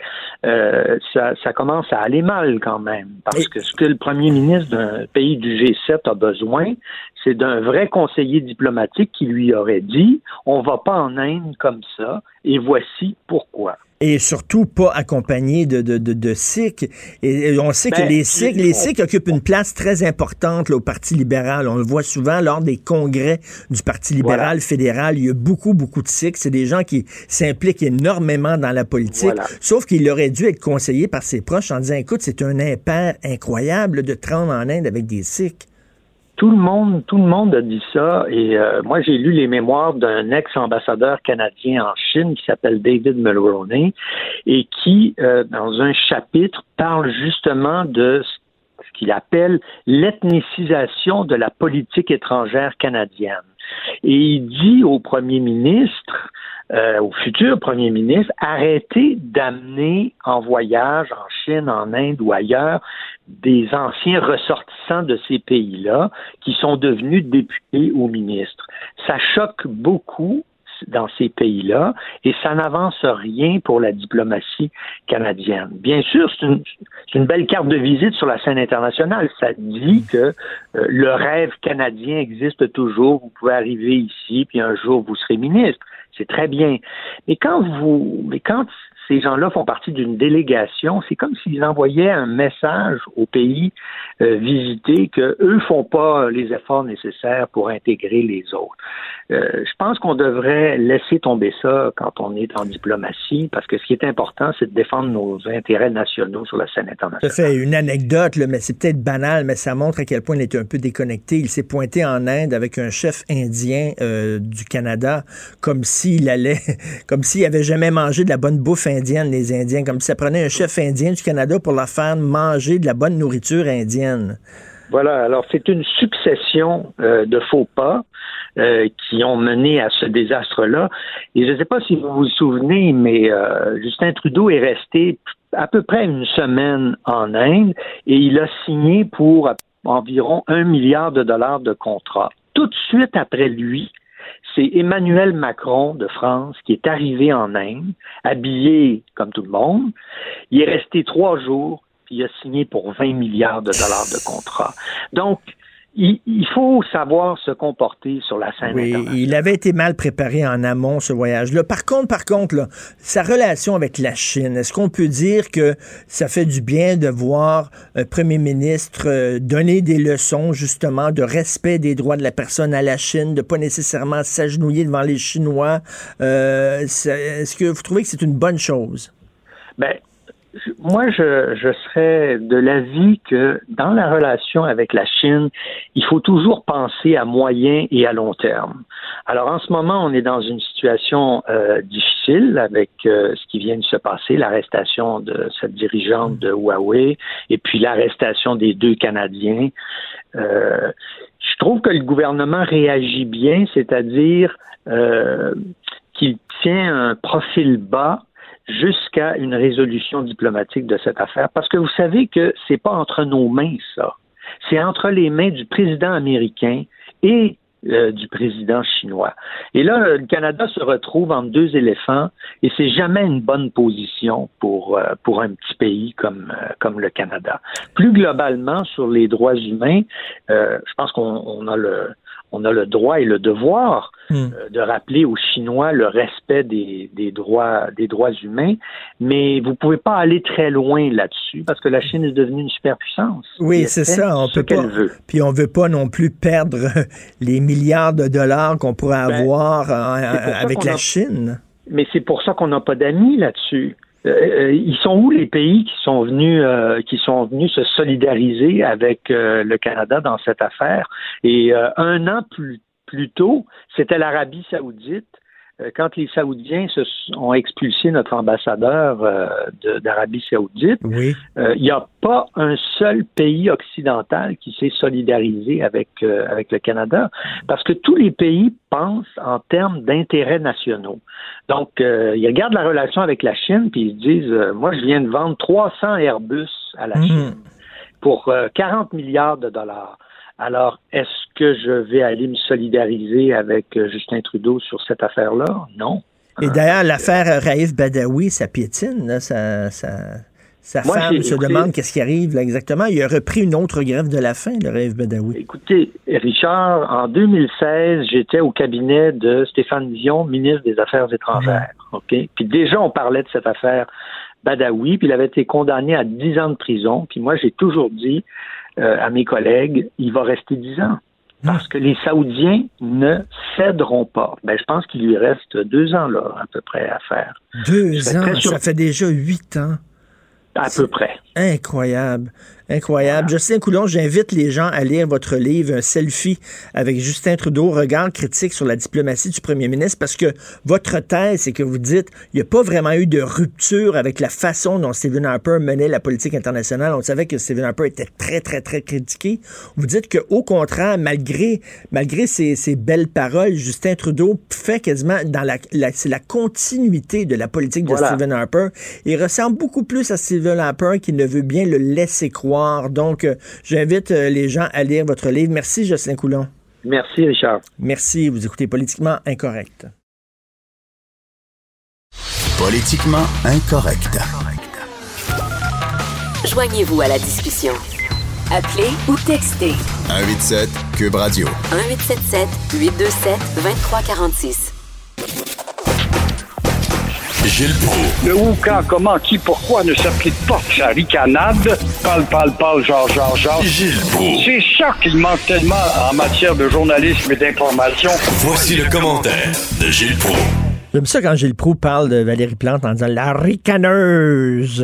ça commence à aller mal quand même. Parce que ce que le premier ministre d'un pays du G7 a besoin, c'est d'un vrai conseiller diplomatique qui lui aurait dit « On va pas en Inde comme ça, et voici pourquoi ». Et surtout pas accompagné de Sikhs. Et on sait que les Sikhs occupent une place très importante là, au Parti libéral. On le voit souvent lors des congrès du Parti libéral fédéral. Il y a beaucoup de Sikhs. C'est des gens qui s'impliquent énormément dans la politique. Sauf qu'il aurait dû être conseillé par ses proches en disant, écoute, c'est un impair incroyable de te rendre en Inde avec des Sikhs. Tout le monde a dit ça, et moi j'ai lu les mémoires d'un ex-ambassadeur canadien en Chine qui s'appelle David Mulroney et qui, dans un chapitre, parle justement de ce qu'il appelle l'ethnicisation de la politique étrangère canadienne. Et il dit au premier ministre, au futur premier ministre, arrêtez d'amener en voyage en Chine, en Inde ou ailleurs des anciens ressortissants de ces pays-là qui sont devenus députés ou ministres. Ça choque beaucoup dans ces pays-là et ça n'avance rien pour la diplomatie canadienne. Bien sûr, c'est une belle carte de visite sur la scène internationale. Ça dit que le rêve canadien existe toujours. Vous pouvez arriver ici, puis un jour vous serez ministre. C'est très bien. Mais quand ces gens-là font partie d'une délégation, c'est comme s'ils envoyaient un message au pays visité que eux font pas les efforts nécessaires pour intégrer les autres. Je pense qu'on devrait laisser tomber ça quand on est en diplomatie, parce que ce qui est important, c'est de défendre nos intérêts nationaux sur la scène internationale. Ça fait une anecdote, là, mais c'est peut-être banal, mais ça montre à quel point il était un peu déconnecté. Il s'est pointé en Inde avec un chef indien du Canada, comme s'il avait jamais mangé de la bonne bouffe indienne, les Indiens, comme si ça prenait un chef indien du Canada pour leur faire manger de la bonne nourriture indienne. Voilà, alors c'est une succession de faux pas qui ont mené à ce désastre-là. Et je ne sais pas si vous vous souvenez, mais Justin Trudeau est resté à peu près une semaine en Inde et il a signé pour environ 1 milliard de dollars de contrat. Tout de suite après lui, c'est Emmanuel Macron de France qui est arrivé en Inde, habillé comme tout le monde. Il est resté 3 jours, puis il a signé pour 20 milliards de dollars de contrat. Donc, il faut savoir se comporter sur la scène internationale. Il avait été mal préparé en amont, ce voyage-là. Par contre, là, sa relation avec la Chine, est-ce qu'on peut dire que ça fait du bien de voir un premier ministre donner des leçons, justement, de respect des droits de la personne à la Chine, de pas nécessairement s'agenouiller devant les Chinois? Est-ce que vous trouvez que c'est une bonne chose? Ben, moi, je serais de l'avis que dans la relation avec la Chine, il faut toujours penser à moyen et à long terme. Alors, en ce moment, on est dans une situation difficile avec ce qui vient de se passer, l'arrestation de cette dirigeante de Huawei et puis l'arrestation des 2 Canadiens. Je trouve que le gouvernement réagit bien, c'est-à-dire qu'il tient un profil bas jusqu'à une résolution diplomatique de cette affaire. Parce que vous savez que c'est pas entre nos mains, ça. C'est entre les mains du président américain et du président chinois. Et là, le Canada se retrouve entre 2 éléphants et c'est jamais une bonne position pour un petit pays comme le Canada. Plus globalement, sur les droits humains, je pense qu'on a le droit et le devoir de rappeler aux Chinois le respect des droits humains, mais vous pouvez pas aller très loin là-dessus parce que la Chine est devenue une superpuissance. Oui, c'est ça. On peut pas. Puis on veut pas non plus perdre les milliards de dollars qu'on pourrait avoir avec la Chine. Mais c'est pour ça qu'on n'a pas d'amis là-dessus. Ils sont où les pays qui sont venus se solidariser avec le Canada dans cette affaire? Et 1 an plus tôt, c'était l'Arabie Saoudite. Quand les Saoudiens ont expulsé notre ambassadeur d'Arabie Saoudite, oui. Il n'y a pas un seul pays occidental qui s'est solidarisé avec le Canada, parce que tous les pays pensent en termes d'intérêts nationaux. Donc, ils regardent la relation avec la Chine, puis ils se disent, moi, je viens de vendre 300 Airbus à la Chine pour 40 milliards de dollars. Alors, est-ce que je vais aller me solidariser avec Justin Trudeau sur cette affaire-là? Non. Et d'ailleurs, l'affaire Raif Badawi, ça piétine. Là, sa femme se demande qu'est-ce qui arrive là, exactement. Il a repris une autre grève de la faim, le Raif Badawi. Écoutez, Richard, en 2016, j'étais au cabinet de Stéphane Dion, ministre des Affaires étrangères. OK? Puis déjà, on parlait de cette affaire Badawi, puis il avait été condamné à 10 ans de prison. Puis moi, j'ai toujours dit à mes collègues, il va rester 10 ans. Parce que les Saoudiens ne céderont pas. Ben, je pense qu'il lui reste 2 ans, là, à peu près, à faire. 2 ans? Ça fait déjà 8 ans. À peu près. Incroyable. Incroyable. Voilà. Justin Coulon, j'invite les gens à lire votre livre, Un selfie avec Justin Trudeau, regard critique sur la diplomatie du premier ministre, parce que votre thèse, c'est que vous dites, il n'y a pas vraiment eu de rupture avec la façon dont Stephen Harper menait la politique internationale. On savait que Stephen Harper était très, très, très critiqué. Vous dites qu'au contraire, malgré ces belles paroles, Justin Trudeau fait quasiment c'est la continuité de la politique de Stephen Harper. Il ressemble beaucoup plus à Stephen Harper qui ne veut bien le laisser croire. Donc, j'invite les gens à lire votre livre. Merci, Jocelyn Coulon. Merci, Richard. Merci. Vous écoutez Politiquement Incorrect. Politiquement Incorrect. Joignez-vous à la discussion. Appelez ou textez. 187 Cube Radio. 1877-827-2346. Gilles Proulx. Le où, quand, comment, qui, pourquoi ne s'applique pas sa ricanade. Parle, genre. Gilles Proulx. C'est ça qu'il manque tellement en matière de journalisme et d'information. Voici le commentaire de Gilles Proulx. J'aime ça quand Gilles Proulx parle de Valérie Plante en disant « la ricaneuse ».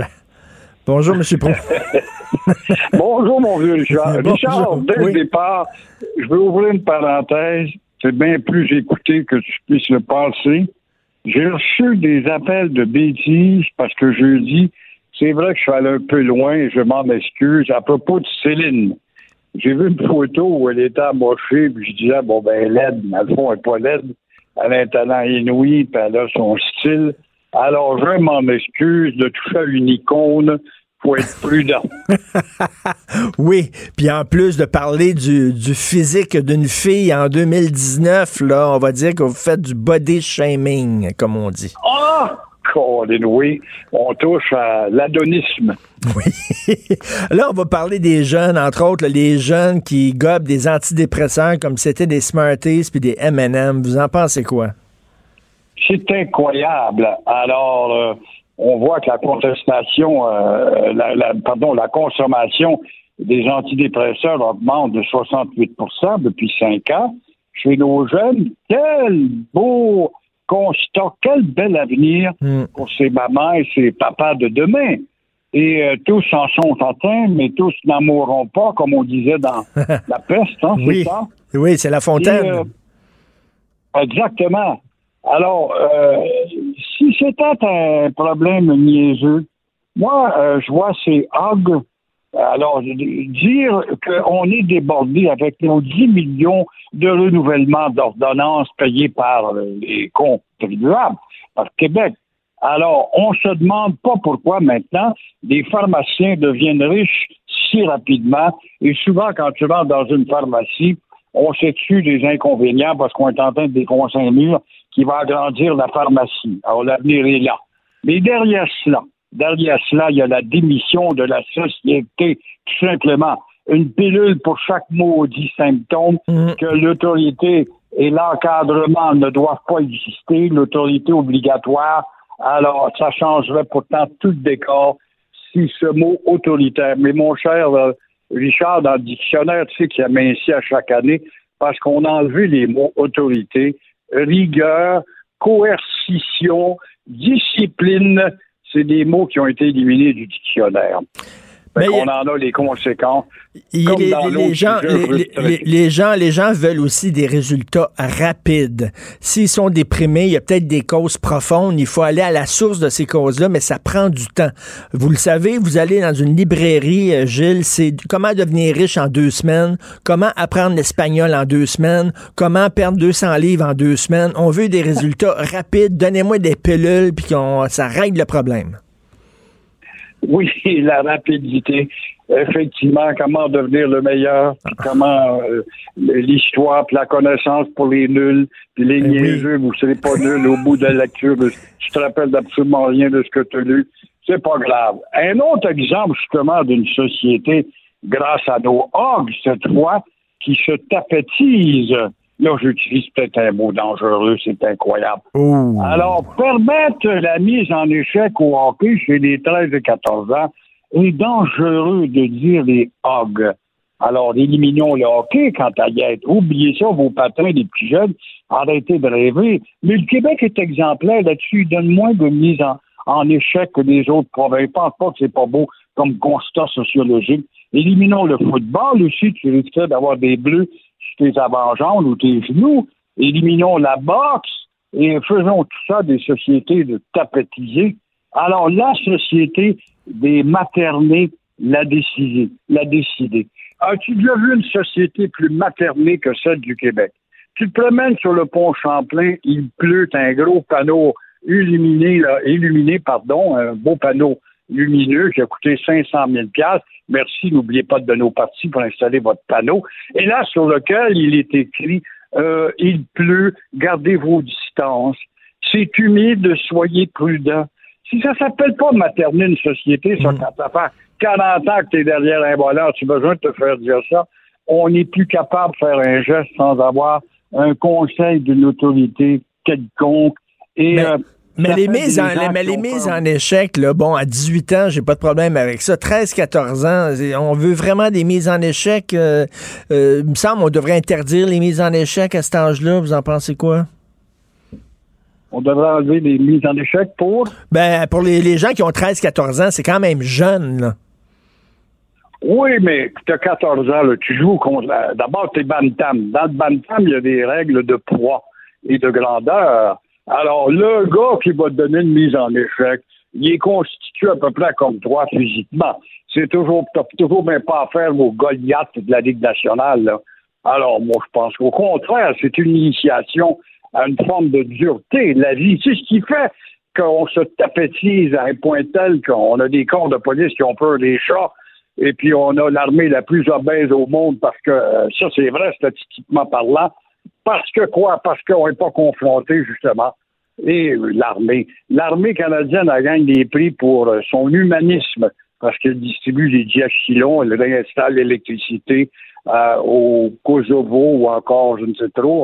Bonjour, M. Proulx. Bonjour, mon vieux Richard. Richard, dès le Oui. départ, je veux ouvrir une parenthèse. C'est bien plus écouté que tu puisses le passer. J'ai reçu des appels de bêtises parce que je dis, c'est vrai que je suis allé un peu loin et je m'en excuse à propos de Céline. J'ai vu une photo où elle était amochée, puis je disais, bon, ben, laide, mais le fond, elle n'est pas laide. Elle a un talent inouï, puis elle a son style. Alors, je m'en excuse de toucher à une icône. Faut être prudent. Oui, puis en plus de parler du physique d'une fille en 2019, là, on va dire que vous faites du body shaming, comme on dit. Ah! Oui, on touche à l'adonisme. Oui. Là, on va parler des jeunes, entre autres, là, les jeunes qui gobent des antidépresseurs comme si c'était des Smarties puis des M&M. Vous en pensez quoi? C'est incroyable. Alors, on voit que la contestation, la consommation des antidépresseurs augmente de 68% depuis 5 ans. Chez nos jeunes, quel beau constat, quel bel avenir pour ces mamans et ces papas de demain. Et tous en sont atteints, mais tous n'en mourront pas, comme on disait dans La Peste, hein, oui. C'est ça? Oui, c'est La Fontaine. Exactement. Alors, si c'était un problème niaiseux, moi, je vois ces hogs. Alors, dire qu'on est débordé avec nos 10 millions de renouvellements d'ordonnances payés par les contribuables, par Québec. Alors, on se demande pas pourquoi maintenant les pharmaciens deviennent riches si rapidement. Et souvent, quand tu rentres dans une pharmacie, on s'excuse des inconvénients parce qu'on est en train de défoncer un mur qui va agrandir la pharmacie. Alors, l'avenir est là. Mais derrière cela, il y a la démission de la société, tout simplement. Une pilule pour chaque maudit symptôme, que l'autorité et l'encadrement ne doivent pas exister, l'autorité obligatoire. Alors, ça changerait pourtant tout le décor si ce mot autoritaire. Mais mon cher Richard, dans le dictionnaire, tu sais qu'il y a ainsi à chaque année, parce qu'on a enlevé les mots autorité, rigueur, coercition, discipline. C'est des mots qui ont été éliminés du dictionnaire. On en a les conséquences. Les gens veulent aussi des résultats rapides. S'ils sont déprimés, il y a peut-être des causes profondes. Il faut aller à la source de ces causes-là, mais ça prend du temps. Vous le savez, vous allez dans une librairie, Gilles, c'est comment devenir riche en 2 semaines, comment apprendre l'espagnol en 2 semaines, comment perdre 200 livres en 2 semaines. On veut des résultats rapides. Donnez-moi des pilules, puis ça règle le problème. Oui, la rapidité. Effectivement, comment devenir le meilleur, comment l'histoire, puis la connaissance pour les nuls, puis les niaiseux, vous ne serez pas nuls au bout de la lecture, tu te rappelles d'absolument rien de ce que tu as lu. C'est pas grave. Un autre exemple, justement, d'une société, grâce à nos hogs, cette fois, qui se tapetise. Là, j'utilise peut-être un mot dangereux, c'est incroyable. Ouh. Alors, permettre la mise en échec au hockey chez les 13 et 14 ans est dangereux de dire les hogs. Alors, éliminons le hockey quant à y être. Oubliez ça, vos patins, les plus jeunes, arrêtez de rêver. Mais le Québec est exemplaire là-dessus. Il donne moins de mise en échec que les autres provinces. Je pense pas que c'est pas beau comme constat sociologique. Éliminons le football aussi. Tu risquerais d'avoir des bleus sur tes avant-jambes ou tes genoux. Éliminons la boxe et faisons tout ça des sociétés de tapetisés. Alors, la société des maternés l'a décidé. As-tu déjà vu une société plus maternée que celle du Québec? Tu te promènes sur le pont Champlain, il pleut, un gros panneau illuminé, un beau panneau lumineux qui a coûté 500 000 $. Merci, n'oubliez pas de donner au parti pour installer votre panneau. Et là, sur lequel il est écrit « Il pleut, gardez vos distances. C'est humide, soyez prudents. » Si ça s'appelle pas materner une société, ça, quand ça fait 40 ans que tu es derrière un volant, tu as besoin de te faire dire ça. On n'est plus capable de faire un geste sans avoir un conseil d'une autorité quelconque. Et, mais les mises en échec, là, bon, à 18 ans, j'ai pas de problème avec ça. 13-14 ans, on veut vraiment des mises en échec. Il me semble qu'on devrait interdire les mises en échec à cet âge-là. Vous en pensez quoi? On devrait enlever les mises en échec pour? Pour les gens qui ont 13-14 ans, c'est quand même jeune, là. Oui, mais tu as 14 ans, là, tu joues contre... D'abord, tu es bantam. Dans le bantam, il y a des règles de poids et de grandeur. Alors, le gars qui va te donner une mise en échec, il est constitué à peu près comme toi physiquement. T'as toujours même pas affaire aux Goliaths de la Ligue nationale, là. Alors, moi, je pense qu'au contraire, c'est une initiation à une forme de dureté de la vie. C'est ce qui fait qu'on se tapétise à un point tel qu'on a des corps de police qui ont peur des chats, et puis on a l'armée la plus obèse au monde, parce que ça, c'est vrai statistiquement parlant. Parce que quoi? Parce qu'on n'est pas confronté, justement. Et l'armée canadienne, elle gagne des prix pour son humanisme, parce qu'elle distribue des diachylons, elle réinstalle l'électricité au Kosovo ou encore, je ne sais trop,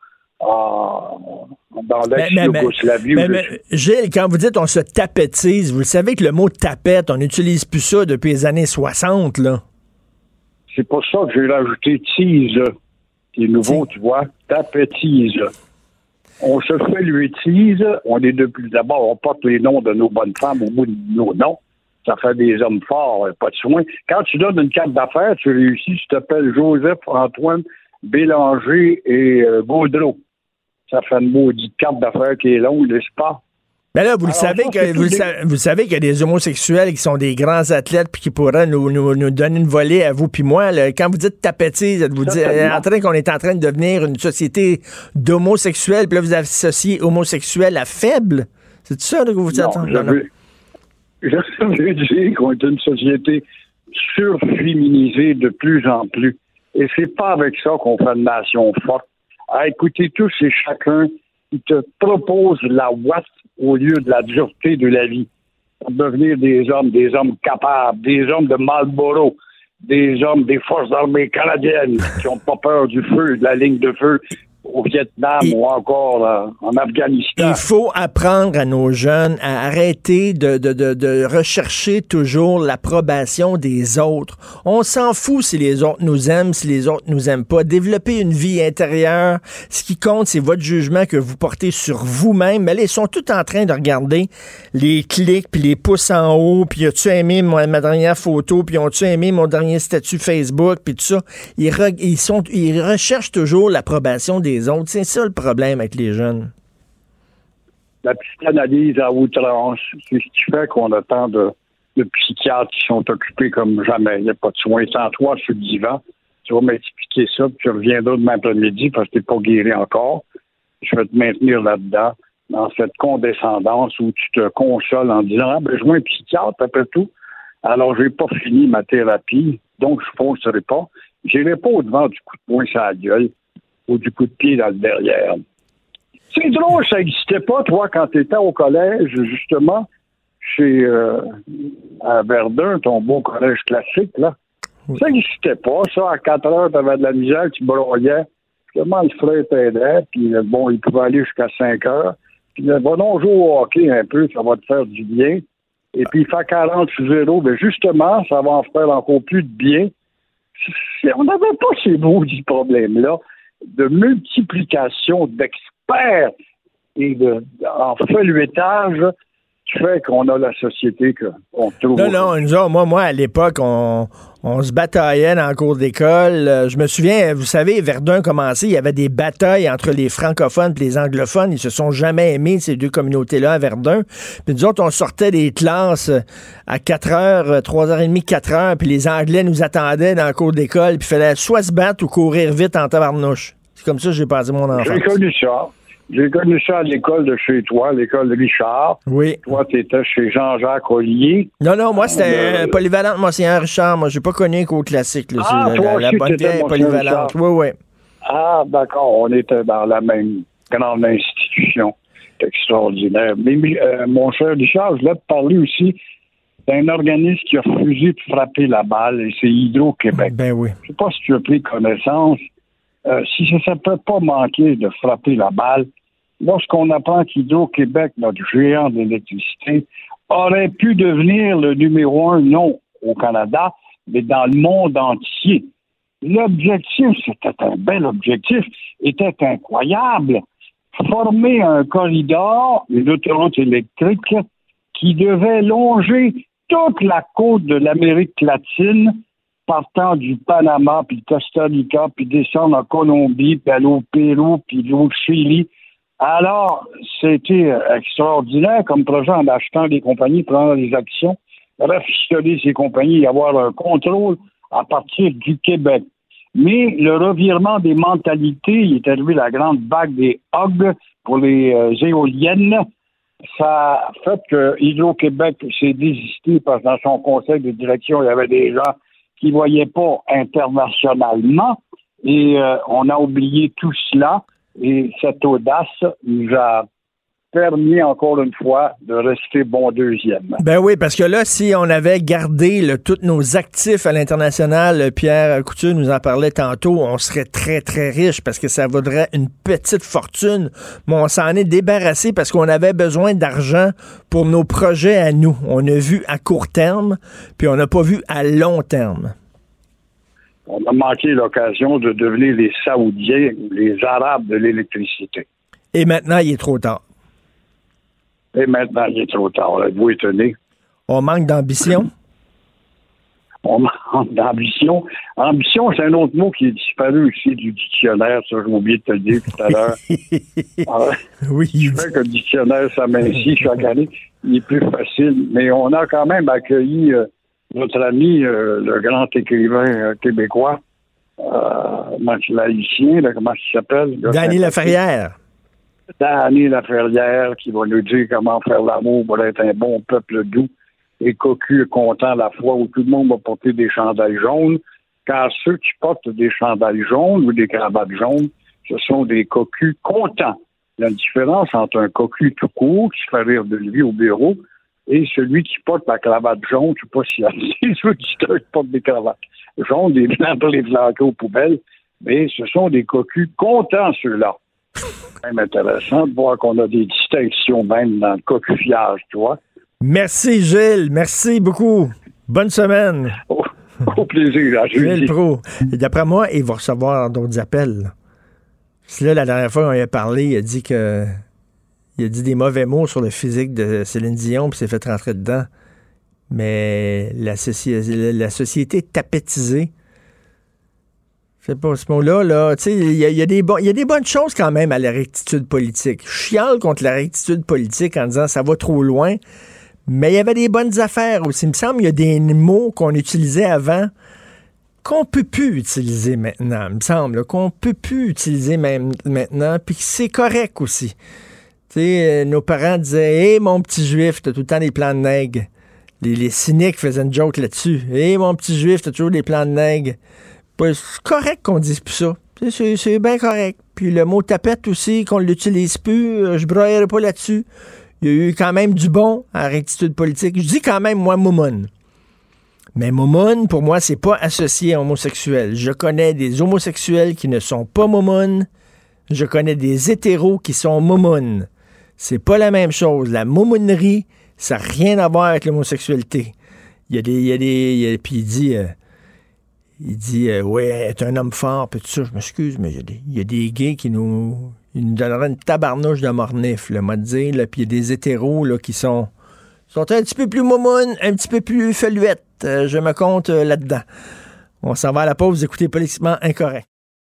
dans l'ex-Yougoslavie. Mais Gilles, quand vous dites on se tapétise, vous le savez que le mot tapette, on n'utilise plus ça depuis les années 60, là. C'est pour ça que j'ai rajouté tease, qui est nouveau, tu vois, tapétise. On se fait lui tease, d'abord, on porte les noms de nos bonnes femmes au bout de nos noms. Ça fait des hommes forts, pas de soin. Quand tu donnes une carte d'affaires, tu réussis, tu t'appelles Joseph-Antoine Bélanger et Gaudreau. Ça fait une maudite carte d'affaires qui est longue, n'est-ce pas? Mais là, vous savez qu'il y a des homosexuels qui sont des grands athlètes puis qui pourraient nous donner une volée à vous puis moi. Là. Quand vous dites tapétise, vous dites qu'on est en train de devenir une société d'homosexuels, puis là, vous associez homosexuel à faible? C'est ça là, que vous dites? Je veux dire qu'on est une société surféminisée de plus en plus. Et c'est pas avec ça qu'on fait une nation forte. À écouter tous et chacun qui te propose la ouate au lieu de la dureté de la vie. Pour devenir des hommes capables, des hommes de Marlboro, des hommes des forces armées canadiennes qui n'ont pas peur du feu, de la ligne de feu au Vietnam ou encore en Afghanistan. Il faut apprendre à nos jeunes à arrêter de rechercher toujours l'approbation des autres. On s'en fout si les autres nous aiment, si les autres nous aiment pas. Développer une vie intérieure, ce qui compte, c'est votre jugement que vous portez sur vous-même. Mais là, ils sont tous en train de regarder les clics, puis les pouces en haut, puis as-tu aimé ma dernière photo, puis ont-tu aimé mon dernier statut Facebook, puis tout ça. Ils recherchent toujours l'approbation des autres. C'est ça le problème avec les jeunes. La psychanalyse à outrance, c'est ce qui fait qu'on a tant de psychiatres qui sont occupés comme jamais. Il n'y a pas de soins. Sans toi sur le divan, tu vas m'expliquer ça, puis tu reviendras demain après-midi parce que tu n'es pas guéri encore. Je vais te maintenir là-dedans, dans cette condescendance où tu te consoles en disant « je vois un psychiatre, après tout. Alors, j'ai pas fini ma thérapie, donc je ne foncerai pas. J'irai pas au-devant du coup de poing sur la gueule ou du coup de pied dans le derrière. » C'est drôle, ça n'existait pas, toi, quand tu étais au collège, justement, à Verdun, ton beau collège classique, là. Oui. Ça n'existait pas, ça. À 4 heures, tu avais de la misère, tu broyais. Justement, le frère t'aidait, puis bon, il pouvait aller jusqu'à 5 heures. Puis, va donc jouer au hockey un peu, ça va te faire du bien. Et puis, il fait 40-0, ben justement, ça va en faire encore plus de bien. On n'avait pas ces maudits problèmes-là de multiplication d'experts et en feuilletage qui fait qu'on a la société qu'on trouve. Non, moi, à l'époque, on se bataillait dans la cour d'école. Je me souviens, vous savez, Verdun commençait, il y avait des batailles entre les francophones et les anglophones. Ils se sont jamais aimés, ces deux communautés-là, à Verdun. Puis nous autres, on sortait des classes à 4h, 3h30, 4h, puis les Anglais nous attendaient dans la cour d'école, puis il fallait soit se battre ou courir vite en tabarnouche. C'est comme ça que j'ai passé mon enfance. J'ai connu ça à l'école de chez toi, l'école de Richard. Oui. Toi, tu étais chez Jean-Jacques Ollier. Non, moi, c'était polyvalente Monseigneur Richard. Moi, j'ai pas connu qu'au classique. Là. Toi la bonne vieille polyvalente. Oui. Ah, d'accord. On était dans la même grande institution. C'est extraordinaire. Mais mon cher Richard, je voulais te parler aussi d'un organisme qui a refusé de frapper la balle, et c'est Hydro-Québec. Ben oui. Je sais pas si tu as pris connaissance. Si ça ne peut pas manquer de frapper la balle, lorsqu'on apprend qu'Hydro-Québec, notre géant d'électricité, aurait pu devenir le numéro 1, non au Canada, mais dans le monde entier. L'objectif, c'était un bel objectif, était incroyable. Former un corridor, une autoroute électrique, qui devait longer toute la côte de l'Amérique latine, partant du Panama, puis Costa Rica, puis descendre en Colombie, puis aller au Pérou, puis au Chili, Alors, c'était extraordinaire comme projet en achetant des compagnies, prenant des actions, rafistoler ces compagnies et avoir un contrôle à partir du Québec. Mais le revirement des mentalités, il est arrivé la grande vague des HOG pour les éoliennes. Ça a fait que Hydro-Québec s'est désisté parce que dans son conseil de direction, il y avait des gens qui ne voyaient pas internationalement. Et on a oublié tout cela. Et cette audace nous a permis encore une fois de rester bon deuxième. Ben oui, parce que là, si on avait gardé tous nos actifs à l'international, Pierre Couture nous en parlait tantôt, on serait très, très riche parce que ça vaudrait une petite fortune. Mais on s'en est débarrassé parce qu'on avait besoin d'argent pour nos projets à nous. On a vu à court terme, puis on n'a pas vu à long terme. On a manqué l'occasion de devenir les Saoudiens, les Arabes de l'électricité. Et maintenant, il est trop tard. Et maintenant, il est trop tard. Êtes-vous étonné? On manque d'ambition? On manque d'ambition. Ambition, c'est un autre mot qui est disparu aussi du dictionnaire. Ça, j'ai oublié de te le dire tout à l'heure. Oui. Je sais que le dictionnaire s'amincit chaque année. Il est plus facile. Mais on a quand même accueilli notre ami, le grand écrivain québécois, laïcien, comment il s'appelle? Danny Laferrière. Danny Laferrière, qui va nous dire comment faire l'amour pour être un bon peuple doux et cocu et content à la fois, où tout le monde va porter des chandails jaunes, car ceux qui portent des chandails jaunes ou des cravates jaunes, ce sont des cocus contents. Il y a une différence entre un cocu tout court, qui se fait rire de lui au bureau, et celui qui porte la cravate jaune, je ne sais pas si c'est ceux qui portent des cravates jaunes, des blancs pour les flanquer aux poubelles, mais ce sont des cocus contents, ceux-là. C'est même intéressant de voir qu'on a des distinctions même dans le cocufiage, tu vois. Merci, Gilles. Merci beaucoup. Bonne semaine. Au plaisir. Gilles Proulx. D'après moi, il va recevoir d'autres appels. Si là, la dernière fois, on lui a parlé, il a dit des mauvais mots sur le physique de Céline Dion, puis s'est fait rentrer dedans. Mais la société est tapettisée. Je sais pas, ce mot-là, tu sais, il y a des bonnes choses quand même à la rectitude politique. Je chiale contre la rectitude politique en disant ça va trop loin, mais il y avait des bonnes affaires aussi. Il me semble qu'il y a des mots qu'on utilisait avant qu'on peut plus utiliser maintenant. Il me semble qu'on peut plus utiliser même maintenant, puis que c'est correct aussi. Tu sais, nos parents disaient « Hey, mon petit juif, t'as tout le temps des plans de nègre. » Les cyniques faisaient une joke là-dessus. « Hey, mon petit juif, t'as toujours des plans de nègre. » C'est correct qu'on dise plus ça. C'est bien correct. Puis le mot tapette aussi, qu'on l'utilise plus, je broyerai pas là-dessus. Il y a eu quand même du bon à la rectitude politique. Je dis quand même, moi, moumoune. Mais moumoune, pour moi, c'est pas associé à homosexuel. Je connais des homosexuels qui ne sont pas moumounes. Je connais des hétéros qui sont moumounes. C'est pas la même chose. La moumounerie, ça n'a rien à voir avec l'homosexualité. Puis il dit, ouais, être un homme fort, puis tout ça, je m'excuse, mais il y a des gays qui nous donneraient une tabarnouche de mornif, là, m'a dit, là, puis il y a des hétéros, là, qui sont un petit peu plus moumounes, un petit peu plus feluettes. Je me compte là-dedans. On s'en va à la pause, vous écoutez Politiquement Incorrect.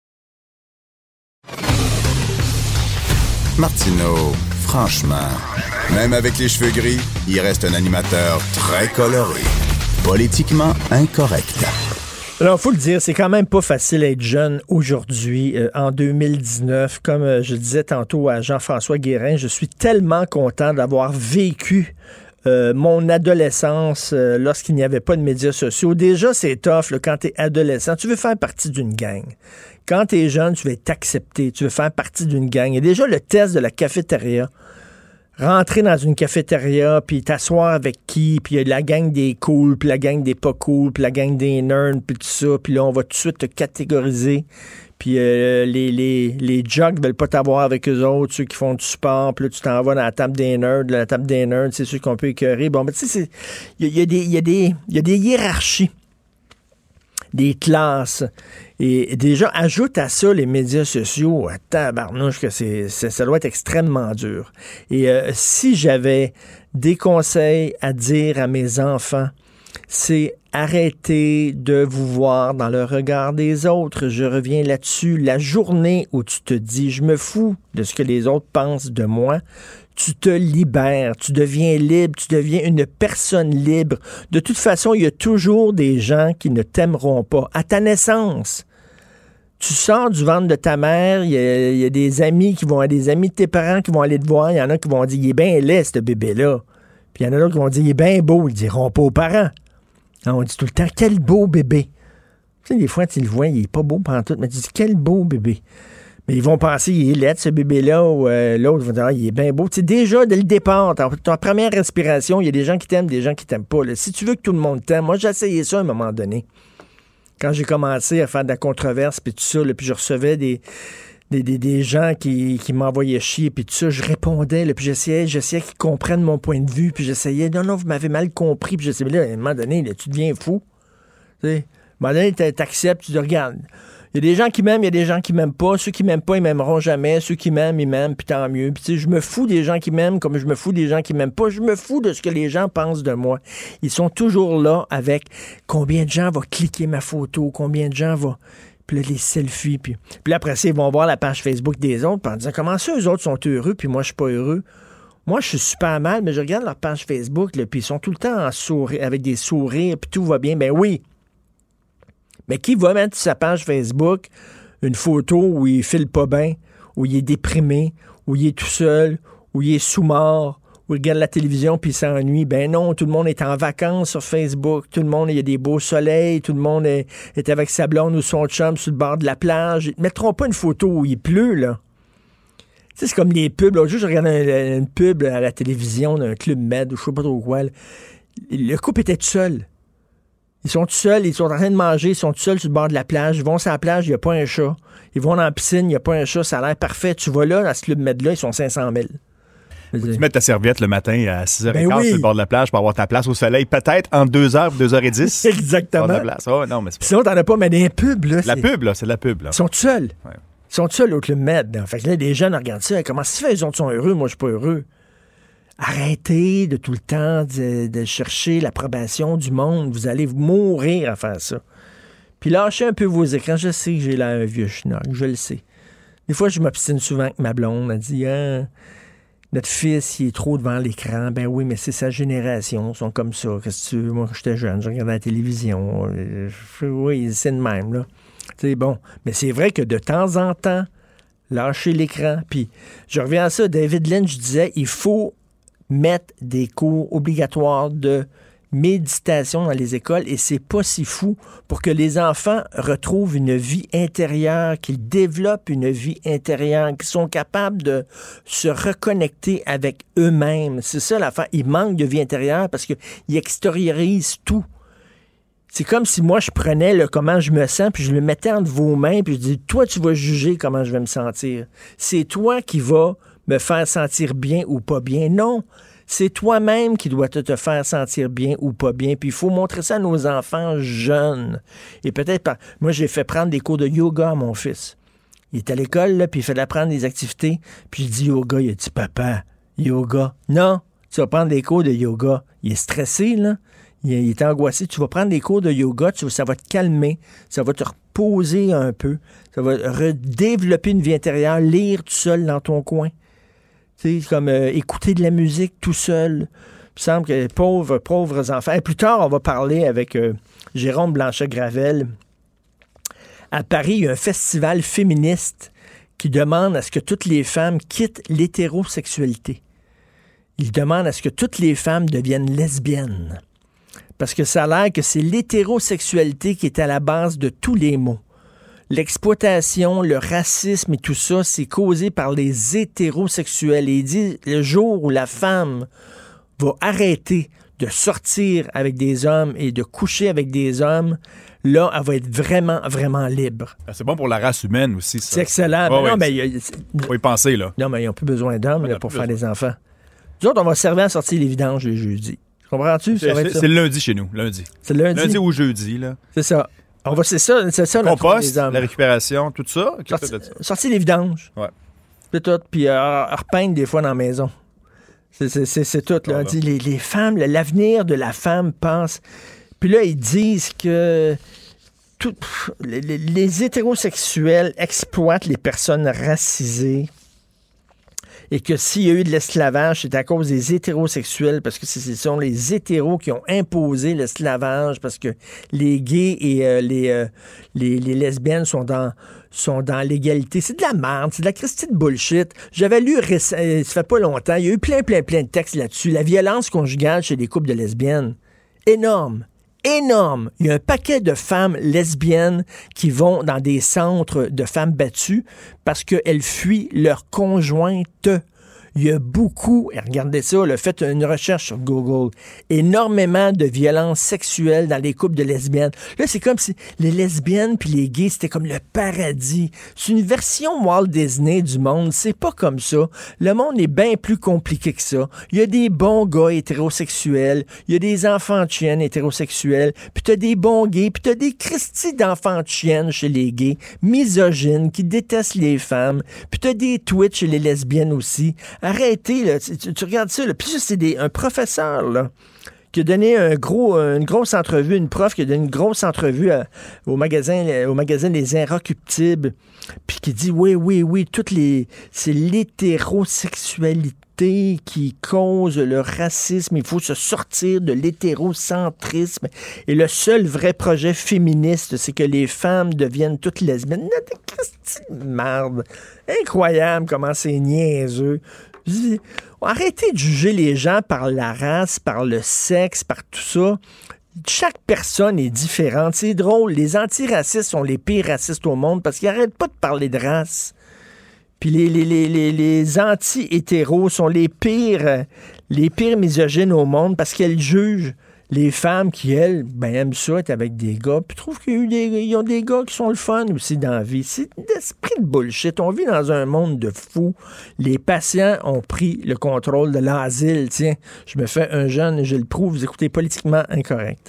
Martineau, franchement, même avec les cheveux gris, il reste un animateur très coloré. Politiquement Incorrect. Alors, il faut le dire, c'est quand même pas facile d'être jeune aujourd'hui, en 2019. Comme je disais tantôt à Jean-François Guérin, je suis tellement content d'avoir vécu mon adolescence lorsqu'il n'y avait pas de médias sociaux. Déjà, c'est tough là, quand tu es adolescent. Tu veux faire partie d'une gang. Quand tu es jeune, tu veux être accepté. Tu veux faire partie d'une gang. Il y a déjà le test de la cafétéria. Rentrer dans une cafétéria, puis t'asseoir avec qui, puis il y a la gang des cool, puis la gang des pas cool, puis la gang des nerds, puis tout ça, puis là, on va tout de suite te catégoriser, puis les jocks veulent pas t'avoir avec eux autres, ceux qui font du sport, puis là, tu t'en vas dans la table des nerds, c'est ceux qu'on peut écœurer. Bon, ben, tu sais, il y a des hiérarchies, des classes. Et déjà, ajoute à ça les médias sociaux. Tabarnouche que ça doit être extrêmement dur. Et si j'avais des conseils à dire à mes enfants, c'est arrêter de vous voir dans le regard des autres. Je reviens là-dessus. La journée où tu te dis, je me fous de ce que les autres pensent de moi, tu te libères, tu deviens libre, tu deviens une personne libre. De toute façon, il y a toujours des gens qui ne t'aimeront pas. À ta naissance, tu sors du ventre de ta mère, il y a des amis des amis de tes parents qui vont aller te voir, il y en a qui vont dire, il est bien laid, ce bébé-là. Puis il y en a d'autres qui vont dire, il est bien beau, ils diront pas aux parents. On dit tout le temps, quel beau bébé. Tu sais, des fois, tu le vois, il est pas beau pantoute, mais tu dis, quel beau bébé. Mais ils vont penser, il est laid, ce bébé-là, ou l'autre va dire, il est bien beau. Tu sais, déjà, dès le départ, ta première respiration, il y a des gens qui t'aiment, des gens qui t'aiment pas. Là. Si tu veux que tout le monde t'aime, moi, j'ai essayé ça à un moment donné. Quand j'ai commencé à faire de la controverse, puis tout ça, là, puis je recevais des gens qui m'envoyaient chier, puis tout ça, je répondais, là, puis j'essayais qu'ils comprennent mon point de vue, puis j'essayais, non, vous m'avez mal compris, puis j'essayais, là, à un moment donné, là, tu deviens fou. Tu sais, à un moment donné, t'acceptes, tu te regardes. Il y a des gens qui m'aiment, il y a des gens qui m'aiment pas. Ceux qui m'aiment pas, ils m'aimeront jamais. Ceux qui m'aiment, ils m'aiment, puis tant mieux. Puis tu sais, je me fous des gens qui m'aiment comme je me fous des gens qui m'aiment pas. Je me fous de ce que les gens pensent de moi. Ils sont toujours là avec combien de gens vont cliquer ma photo, combien de gens vont... Puis là, les selfies. Puis là, après ça, ils vont voir la page Facebook des autres, puis en disant comment ça, eux autres sont heureux, puis moi, je suis pas heureux. Moi, je suis super mal, mais je regarde leur page Facebook, là, puis ils sont tout le temps avec des sourires, puis tout va bien. Ben oui. Mais qui va mettre sur sa page Facebook une photo où il file pas bien, où il est déprimé, où il est tout seul, où il est sous-mort, où il regarde la télévision puis il s'ennuie? Ben non, tout le monde est en vacances sur Facebook, tout le monde, il y a des beaux soleils, tout le monde est avec sa blonde ou son chum sur le bord de la plage. Ils ne mettront pas une photo où il pleut, là. Tu sais, c'est comme les pubs. L'autre jour, je regardais une pub à la télévision d'un club med ou je sais pas trop quoi. Là. Le couple était tout seul. Ils sont tout seuls, ils sont en train de manger, ils sont tout seuls sur le bord de la plage. Ils vont sur la plage, il n'y a pas un chat. Ils vont dans la piscine, il n'y a pas un chat, ça a l'air parfait. Tu vas là, dans ce club med-là, ils sont 500 000. Tu mets ta serviette le matin à 6h15 oui. sur le bord de la plage pour avoir ta place au soleil, peut-être entre 2h et 2h10. Exactement. Oh, non, mais sinon, t'en as pas, mais des pubs, là. La pub, là, c'est la pub, là. Ils sont tout seuls. Ouais. Ils sont tout seuls au club med. Là. Fait que là, les jeunes regardent ça. Comment ça se fait, les autres sont heureux, moi, je suis pas heureux. Arrêtez de tout le temps de chercher l'approbation du monde. Vous allez mourir à faire ça. Puis lâchez un peu vos écrans. Je sais que j'ai l'air un vieux schnock, je le sais. Des fois, je m'obstine souvent avec ma blonde. Elle dit, notre fils, il est trop devant l'écran. Ben oui, mais c'est sa génération. Ils sont comme ça. Qu'est-ce que tu veux? Moi, quand j'étais jeune, je regardais la télévision. Oui, c'est de même, là. C'est bon. Mais c'est vrai que de temps en temps, lâcher l'écran. Puis, je reviens à ça. David Lynch disait, il faut mettre des cours obligatoires de méditation dans les écoles et c'est pas si fou pour que les enfants retrouvent une vie intérieure, qu'ils développent une vie intérieure, qu'ils sont capables de se reconnecter avec eux-mêmes. C'est ça l'affaire. Ils manquent de vie intérieure parce qu'ils extériorisent tout. C'est comme si moi, je prenais comment je me sens, puis je le mettais entre vos mains, puis je dis, toi, tu vas juger comment je vais me sentir. C'est toi qui vas me faire sentir bien ou pas bien. Non, c'est toi-même qui dois te faire sentir bien ou pas bien. Puis il faut montrer ça à nos enfants jeunes. Et peut-être, moi, j'ai fait prendre des cours de yoga à mon fils. Il est à l'école, là, puis il fait apprendre des activités. Puis je dis yoga, il a dit, papa, yoga. Non, tu vas prendre des cours de yoga. Il est stressé, là. Il est angoissé. Tu vas prendre des cours de yoga, ça va te calmer, ça va te reposer un peu, ça va redévelopper une vie intérieure, lire tout seul dans ton coin. Tu sais, comme écouter de la musique tout seul. Il me semble que pauvres enfants. Et plus tard, on va parler avec Jérôme Blanchet-Gravel. À Paris, il y a un festival féministe qui demande à ce que toutes les femmes quittent l'hétérosexualité. Il demande à ce que toutes les femmes deviennent lesbiennes. Parce que ça a l'air que c'est l'hétérosexualité qui est à la base de tous les maux. L'exploitation, le racisme et tout ça, c'est causé par les hétérosexuels. Et il dit, le jour où la femme va arrêter de sortir avec des hommes et de coucher avec des hommes, là, elle va être vraiment, vraiment libre. C'est bon pour la race humaine aussi, ça. C'est excellent. Oh, non, faut y penser, là. Non, mais ils n'ont plus besoin d'hommes pour faire des enfants. Nous autres, on va servir à sortir les vidanges le jeudi. Comprends-tu? C'est le lundi chez nous, lundi. C'est lundi? Lundi ou jeudi, là. C'est ça. C'est ça compost, la récupération, tout ça. Sortir les vidanges. Ouais. C'est tout. Puis repeindre des fois dans la maison. C'est tout. Là. On dit, les femmes, l'avenir de la femme passe. Puis là, ils disent que les hétérosexuels exploitent les personnes racisées et que s'il y a eu de l'esclavage, c'est à cause des hétérosexuels, parce que ce sont les hétéros qui ont imposé l'esclavage, parce que les gays et les lesbiennes sont dans l'égalité. C'est de la merde, c'est de la Christie de bullshit. J'avais lu, ça fait pas longtemps, il y a eu plein de textes là-dessus. La violence conjugale chez les couples de lesbiennes, énorme. Il y a un paquet de femmes lesbiennes qui vont dans des centres de femmes battues parce qu'elles fuient leur conjointe. Il y a beaucoup, et regardez ça, faites une recherche sur Google, énormément de violences sexuelles dans les couples de lesbiennes. Là, c'est comme si les lesbiennes puis les gays, c'était comme le paradis. C'est une version Walt Disney du monde. C'est pas comme ça. Le monde est bien plus compliqué que ça. Il y a des bons gars hétérosexuels, il y a des enfants de chiennes hétérosexuels, puis t'as des bons gays, puis t'as des Christies d'enfants de chiennes chez les gays, misogynes, qui détestent les femmes, puis t'as des Twitch chez les lesbiennes aussi. Arrêtez, là, tu regardes ça, là. Puis ça, c'est un professeur, là, qui a donné une grosse entrevue, une prof qui a donné une grosse entrevue au magazine Les Inrecuptibles, puis qui dit, oui, c'est l'hétérosexualité qui cause le racisme, il faut se sortir de l'hétérocentrisme, et le seul vrai projet féministe, c'est que les femmes deviennent toutes lesbiennes. Qu'est-ce que merde! Incroyable comment c'est niaiseux. Arrêtez de juger les gens par la race, par le sexe, par tout ça. Chaque personne est différente. C'est drôle. Les antiracistes sont les pires racistes au monde parce qu'ils n'arrêtent pas de parler de race. Puis les anti-hétéros sont les pires misogynes au monde parce qu'elles jugent les femmes qui, elles, aiment ça, être avec des gars, puis trouvent qu'ils ont des gars qui sont le fun aussi dans la vie. C'est l'esprit de bullshit. On vit dans un monde de fous. Les patients ont pris le contrôle de l'asile. Tiens, je me fais un jeune et je le prouve. Vous écoutez Politiquement Incorrect.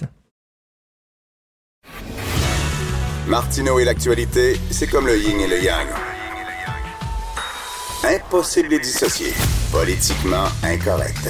Martineau et l'actualité, c'est comme le yin et le yang. Impossible de les dissocier. Politiquement Incorrect.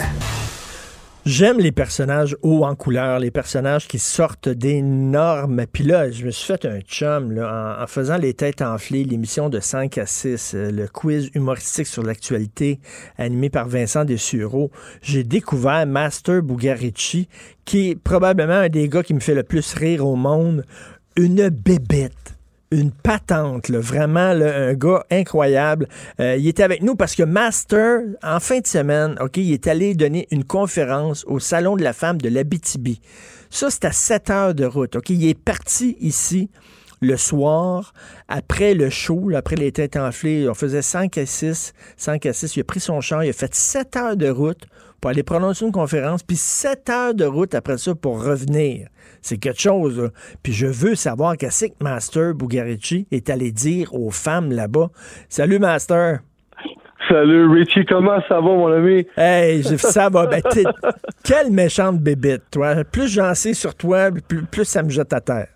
J'aime les personnages hauts en couleur, les personnages qui sortent des normes. Puis là, je me suis fait un chum là, en faisant les têtes enflées, l'émission de 5 à 6, le quiz humoristique sur l'actualité animé par Vincent Dessureau. J'ai découvert Master Bugarici, qui est probablement un des gars qui me fait le plus rire au monde. Une bébête. Une patente, là, vraiment là, un gars incroyable. Il était avec nous parce que Master, en fin de semaine, il est allé donner une conférence au Salon de la femme de l'Abitibi. Ça, c'est à 7 heures de route. Il est parti ici le soir, après le show, là, après les têtes enflées. On faisait 5 à 6. Il a pris son char, il a fait 7 heures de route pour aller prononcer une conférence, puis 7 heures de route après ça pour revenir. C'est quelque chose, là. Puis je veux savoir qu'est-ce que Master Bugarici est allé dire aux femmes là-bas. Salut, Master! Salut, Richie, comment ça va, mon ami? Hey, ça va. Quelle méchante bébête, toi. Plus j'en sais sur toi, plus ça me jette à terre.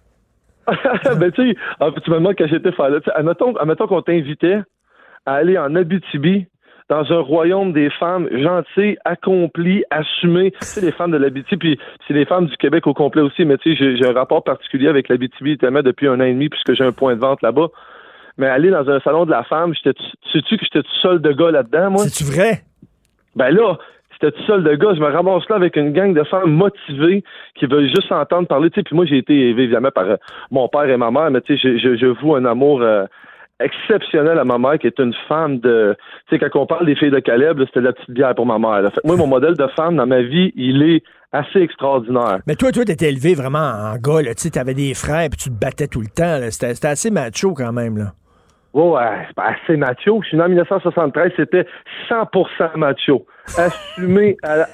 Ben, tu sais, tu me demandes quand j'étais faire là. Admettons qu'on t'invitait à aller en Abitibi, dans un royaume des femmes gentilles, accomplies, assumées. Tu sais, les femmes de l'Abitibi, puis c'est les femmes du Québec au complet aussi, mais tu sais, j'ai un rapport particulier avec l'Abitibi, tellement depuis 1 an et demi, puisque j'ai un point de vente là-bas. Mais aller dans un salon de la femme, sais-tu que j'étais tout seul de gars là-dedans, moi? C'est-tu vrai? Ben là, j'étais tout seul de gars, je me ramasse là avec une gang de femmes motivées qui veulent juste entendre parler, tu sais, puis moi, j'ai été élevé, évidemment, par mon père et ma mère, mais tu sais, je voue un amour exceptionnel à ma mère, qui est une femme de... Tu sais, quand on parle des filles de Caleb, là, c'était de la petite bière pour ma mère. Là. Fait que moi, mon modèle de femme dans ma vie, il est assez extraordinaire. Mais toi, t'étais élevé vraiment en gars, là. Tu sais, t'avais des frères, puis tu te battais tout le temps, là. C'était assez macho, quand même, là. Ouais, c'est pas assez macho. Je suis né en 1973, c'était 100% macho. Assumé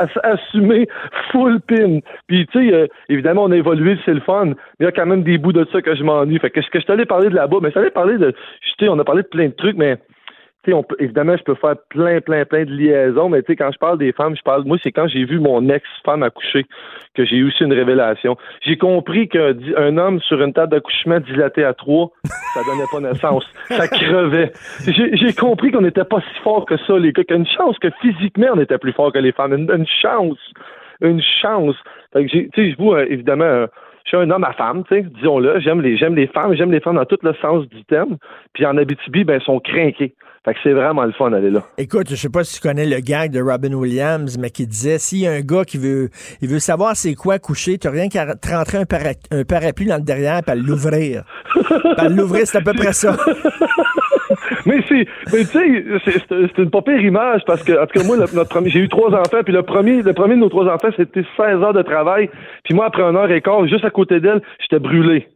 full pin. Puis, tu sais, évidemment, on a évolué, c'est le fun, mais il y a quand même des bouts de ça que je m'ennuie. Fait que ce que je t'allais parler de là-bas, mais je t'allais parler de... Tu sais, on a parlé de plein de trucs, mais... Évidemment, je peux faire plein de liaisons, mais tu sais, quand je parle des femmes, moi, c'est quand j'ai vu mon ex-femme accoucher que j'ai eu aussi une révélation. J'ai compris qu'un homme sur une table d'accouchement dilaté à 3, ça donnait pas naissance. Ça crevait. J'ai compris qu'on n'était pas si fort que ça, les gars, qu'une chance que physiquement, on était plus fort que les femmes. Une chance. Fait que tu sais, je vous, évidemment, Je suis un homme à femme, tu sais, disons-le. J'aime les femmes dans tout le sens du terme. Puis en Abitibi, ben, ils sont crinqués. Fait que c'est vraiment le fun d'aller là. Écoute, je sais pas si tu connais le gag de Robin Williams, mais qui disait, s'il y a un gars qui veut savoir c'est quoi coucher, t'as rien qu'à te rentrer un parapluie dans le derrière puis à l'ouvrir. C'est à peu près ça. Mais tu sais, c'est une pas pire image parce que, en tout cas, moi, j'ai eu 3 enfants, puis le premier de nos 3 enfants, c'était 16 heures de travail. Puis moi, après 1h15, juste à côté d'elle, j'étais brûlé.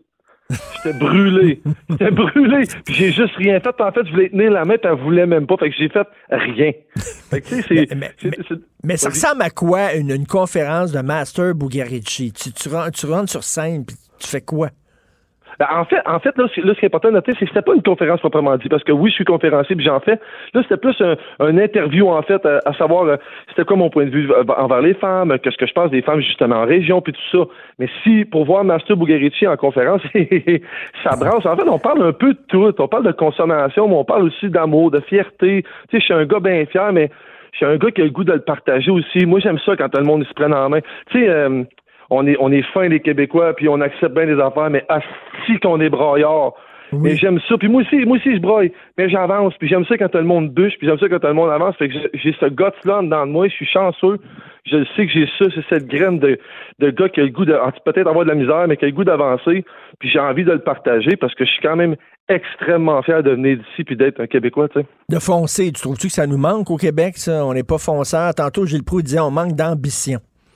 Puis j'ai juste rien fait. En fait, je voulais tenir la main, puis elle voulait même pas. Fait que j'ai fait rien. Fait que, tu sais, mais ça ressemble à quoi une conférence de Master Bugarici? Tu rentres sur scène, puis tu fais quoi? En fait, là, ce qui est important de noter, c'est que c'était pas une conférence proprement dit, parce que oui, je suis conférencier, puis j'en fais. Là, c'était plus un interview, en fait, à savoir, c'était quoi mon point de vue envers les femmes, qu'est-ce que je pense des femmes, justement, en région, puis tout ça. Mais si, pour voir Master Bugarici en conférence, ça brasse. En fait, on parle un peu de tout. On parle de consommation, mais on parle aussi d'amour, de fierté. Tu sais, je suis un gars bien fier, mais je suis un gars qui a le goût de le partager aussi. Moi, j'aime ça quand tout le monde se prenne en main. Tu sais, on est fins, les Québécois, puis on accepte bien les affaires, mais asti qu'on est braillards. Oui. Mais j'aime ça. Puis moi aussi, je braille, mais j'avance. Puis j'aime ça quand tout le monde bûche, puis j'aime ça quand tout le monde avance. Fait que j'ai ce guts-là dans moi, je suis chanceux. Je sais que j'ai ça, c'est cette graine de gars qui a le goût de peut-être avoir de la misère, mais qui a le goût d'avancer. Puis j'ai envie de le partager parce que je suis quand même extrêmement fier de venir d'ici puis d'être un Québécois, tu sais. De foncer, tu trouves-tu que ça nous manque au Québec, ça? On n'est pas fonceur. Tantôt, Gilles Proulx disait on manque d'ambition.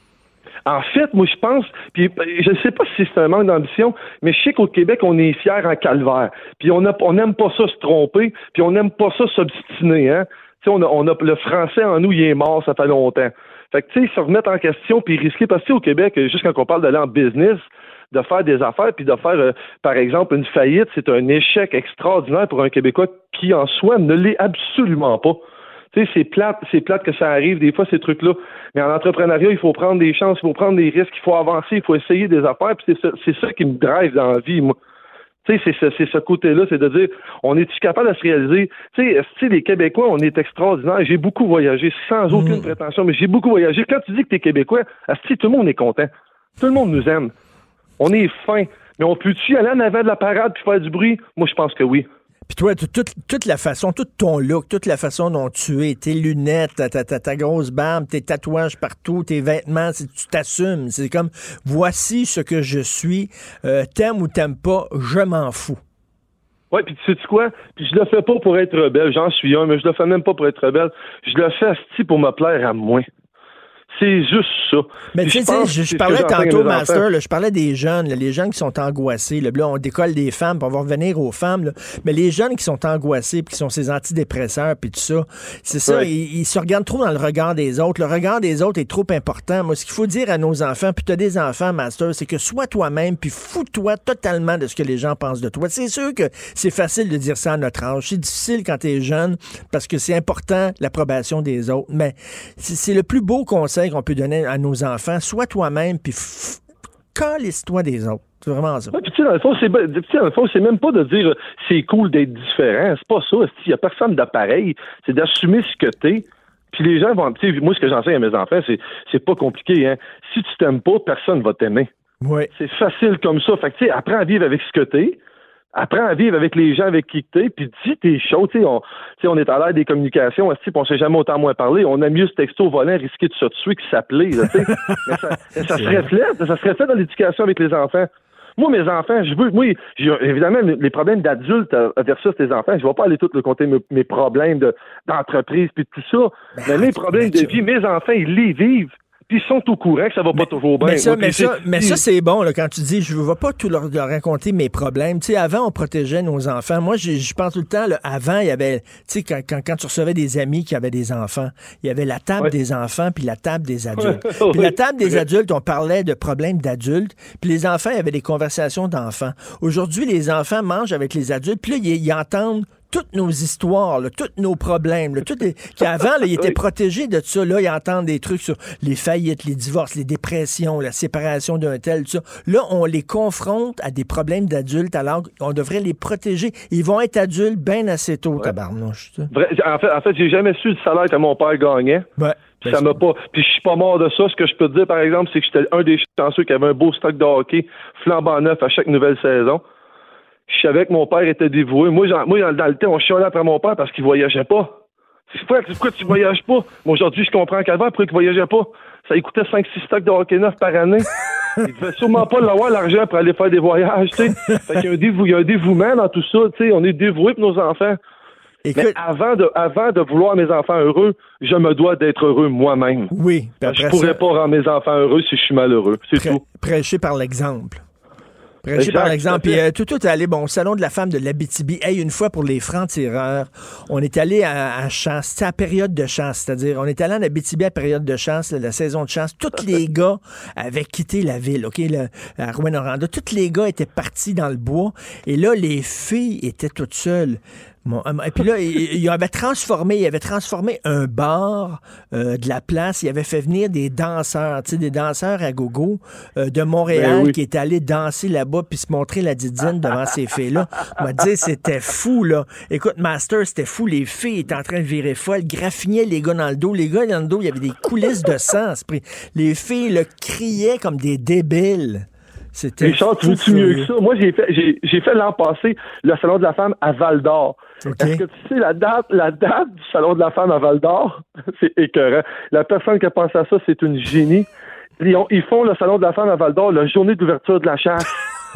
En fait, moi, je pense, puis je ne sais pas si c'est un manque d'ambition, mais je sais qu'au Québec, on est fiers en calvaire. Puis on n'aime pas ça se tromper, puis on n'aime pas ça s'obstiner, hein. Tu sais, on a le français en nous, il est mort, ça fait longtemps. Fait que, tu sais, se remettre en question puis risquer, parce que au Québec, juste quand on parle d'aller en business, de faire des affaires, puis de faire, par exemple, une faillite, c'est un échec extraordinaire pour un Québécois qui, en soi, ne l'est absolument pas. Tu sais, c'est plate que ça arrive, des fois, ces trucs-là. Mais en entrepreneuriat, il faut prendre des chances, il faut prendre des risques, il faut avancer, il faut essayer des affaires, puis c'est ça qui me drive dans la vie, moi. Tu sais, c'est ce côté-là, c'est de dire, on est-tu capable de se réaliser? Tu sais, les Québécois, on est extraordinaires. J'ai beaucoup voyagé, sans aucune prétention, mais j'ai beaucoup voyagé. Quand tu dis que t'es Québécois, tout le monde est content. Tout le monde nous aime. On est fin. Mais on peut-tu aller en avant de la parade puis faire du bruit? Moi, je pense que oui. Puis toi, toute la façon, tout ton look, toute la façon dont tu es, tes lunettes, ta grosse barbe, tes tatouages partout, tes vêtements, tu t'assumes. C'est comme, voici ce que je suis. T'aimes ou t'aimes pas, je m'en fous. Oui, puis tu sais quoi? Puis je le fais pas pour être rebelle. J'en suis un, mais je le fais même pas pour être rebelle. Je le fais asti pour me plaire à moi. C'est juste ça. Mais tu sais, je parlais tantôt, Master, là, je parlais des jeunes, là, les jeunes qui sont angoissés. Là, on décolle des femmes, puis on va revenir aux femmes. Là, mais les jeunes qui sont angoissés, puis qui sont ces antidépresseurs, puis tout ça, c'est ça, ouais. Ils se regardent trop dans le regard des autres. Le regard des autres est trop important. Moi, ce qu'il faut dire à nos enfants, puis tu as des enfants, Master, c'est que sois toi-même, puis fous-toi totalement de ce que les gens pensent de toi. C'est sûr que c'est facile de dire ça à notre âge. C'est difficile quand tu es jeune, parce que c'est important, l'approbation des autres. Mais c'est le plus beau conseil qu'on peut donner à nos enfants. Sois toi-même, puis calisse-toi des autres. C'est vraiment ça. Ouais, puis tu sais, dans le fond, c'est même pas de dire c'est cool d'être différent. C'est pas ça. Il y a personne d'appareil. C'est d'assumer ce que t'es. Puis les gens vont... Tu sais, moi, ce que j'enseigne à mes enfants, c'est pas compliqué, hein. Si tu t'aimes pas, personne va t'aimer. Oui. C'est facile comme ça. Fait que, tu sais, apprends à vivre avec ce que t'es. Apprends à vivre avec les gens avec qui t'es, puis dis tes choses. On est à l'ère des communications, on s'est jamais autant moins parlé. On a mieux ce texto volant risqué de se tuer que s'appeler. Mais ça se reflète dans l'éducation avec les enfants. Moi, mes enfants, j'ai évidemment les problèmes d'adultes versus tes enfants. Je vais pas aller tout le compter mes problèmes d'entreprise puis tout ça. Mais mes problèmes de vie, mes enfants, ils les vivent. Puis ils sont au courant que ça va pas toujours bien. Mais ça, c'est bon, là, quand tu dis, je ne vais pas tout leur raconter mes problèmes. Tu sais, avant, on protégeait nos enfants. Moi, je pense tout le temps, là, avant, il y avait, tu sais, quand tu recevais des amis qui avaient des enfants, il y avait la table des enfants puis la table des adultes. Puis la table des adultes, on parlait de problèmes d'adultes, puis les enfants, il y avait des conversations d'enfants. Aujourd'hui, les enfants mangent avec les adultes, puis là, ils entendent toutes nos histoires, là, tous nos problèmes, là, qu'avant, là, ils étaient protégés de ça. Là, ils entendent des trucs sur les faillites, les divorces, les dépressions, la séparation d'un tel, tout ça. Là, on les confronte à des problèmes d'adultes alors qu'on devrait les protéger. Ils vont être adultes bien assez tôt, tabarnouche. En fait, j'ai jamais su le salaire que mon père gagnait. Ouais. Ça m'a pas. Puis je suis pas mort de ça. Ce que je peux te dire, par exemple, c'est que j'étais un des chanceux qui avait un beau stock de hockey flambant neuf à chaque nouvelle saison. Je savais que mon père était dévoué. Moi, dans le temps, on chialait après mon père parce qu'il voyageait pas. Pourquoi tu voyages pas? Moi, aujourd'hui, je comprends qu'avant, pourquoi il voyageait pas. Ça lui coûtait 5-6 stocks de hockey neuf par année. Il devait sûrement pas l'avoir, l'argent, pour aller faire des voyages, tu sais. Fait qu'il y a un dévouement dans tout ça, tu sais. On est dévoué pour nos enfants. Écoute, mais avant de vouloir mes enfants heureux, je me dois d'être heureux moi-même. Oui. Je pourrais pas rendre mes enfants heureux si je suis malheureux. C'est tout. Prêcher par l'exemple. Par exemple. Puis tout est allé, au Salon de la femme de l'Abitibi. Une fois pour les francs-tireurs, on est allé à chasse. C'était à période de chasse, c'est-à-dire on est allé en Abitibi à période de chasse, la saison de chasse. Tous les gars avaient quitté la ville, à Rouyn-Noranda. Tous les gars étaient partis dans le bois. Et là, les filles étaient toutes seules. Et puis là, il avait transformé un bar de la place. Il avait fait venir des danseurs à gogo de Montréal qui étaient allés danser là-bas puis se montrer la didine devant ces filles-là. On m'a dit, c'était fou, là. Écoute, Master, c'était fou. Les filles étaient en train de virer folles, graffignaient les gars dans le dos. Les gars dans le dos, il y avait des coulisses de sang. Les filles, là, criaient comme des débiles. Richard, tu veux-tu mieux que ça? Moi, j'ai fait l'an passé le Salon de la femme à Val-d'Or. Okay. Est-ce que tu sais la date du Salon de la femme à Val-d'Or? C'est écœurant. La personne qui a pensé à ça, c'est une génie. Ils font le Salon de la femme à Val-d'Or la journée d'ouverture de la chasse.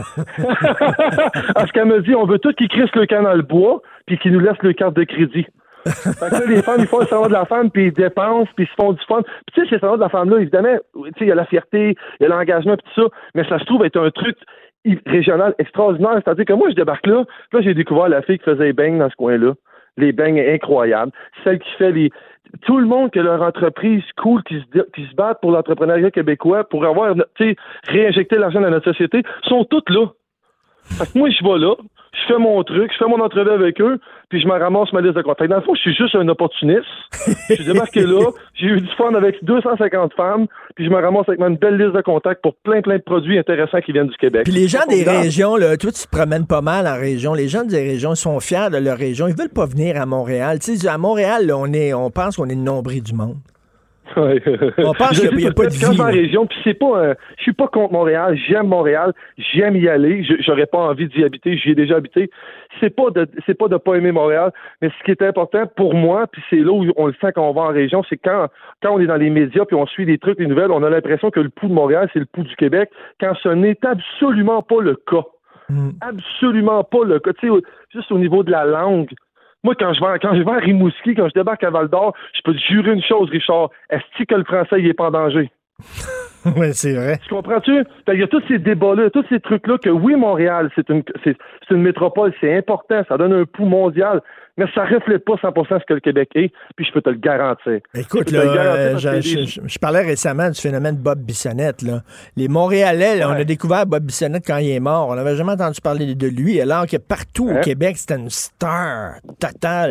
Parce qu'elle me dit, on veut tous qu'ils crissent le camp dans le bois puis qu'ils nous laissent le carte de crédit. Fait que là, les femmes, ils font le salon de la femme, puis ils dépensent, puis ils se font du fun. Puis tu sais, ces salons de la femme-là, évidemment, tu sais, il y a la fierté, il y a l'engagement, puis tout ça, mais ça se trouve être un truc régional extraordinaire. C'est-à-dire que moi, je débarque là j'ai découvert la fille qui faisait les beignes dans ce coin-là. Les beignes incroyables. Celle qui fait tout le monde qui a leur entreprise cool, qui se battent pour l'entrepreneuriat québécois, pour avoir, tu sais, réinjecté l'argent dans notre société, sont toutes là. Fait que moi, je vais là, je fais mon truc, je fais mon entrevue avec eux, puis je me ramasse ma liste de contacts. Dans le fond, je suis juste un opportuniste. Je suis débarqué là, j'ai eu du fun avec 250 femmes, puis je me ramasse avec une belle liste de contacts pour plein de produits intéressants qui viennent du Québec. Puis les gens des régions, là, toi, tu te promènes pas mal en région. Les gens des régions sont fiers de leur région. Ils veulent pas venir à Montréal. Tu sais, à Montréal, là, on pense qu'on est le nombril du monde. Ouais. On pense qu'il n'y a pas de vie. Quand je vais en région, puis je suis pas contre Montréal, j'aime y aller, j'aurais pas envie d'y habiter, j'y ai déjà habité. C'est pas de pas aimer Montréal, mais ce qui est important pour moi, puis c'est là où on le sent quand on va en région, c'est quand on est dans les médias puis on suit les trucs, les nouvelles, on a l'impression que le pouls de Montréal, c'est le pouls du Québec, quand ce n'est absolument pas le cas. Absolument pas le cas. Tu sais, juste au niveau de la langue. Moi, quand je vais à Rimouski, quand je débarque à Val-d'Or, je peux te jurer une chose, Richard. Est-ce que le français, il est pas en danger? Oui, c'est vrai. Tu comprends-tu? Il y a tous ces débats-là, tous ces trucs-là que, oui, Montréal, c'est une métropole, c'est important, ça donne un pouls mondial, mais ça reflète pas 100% ce que le Québec est, puis je peux te le garantir. Écoute, là, je parlais récemment du phénomène Bob Bissonnette, là. Les Montréalais, là, on a découvert Bob Bissonnette quand il est mort. On n'avait jamais entendu parler de lui, alors que partout au Québec, c'était une star totale.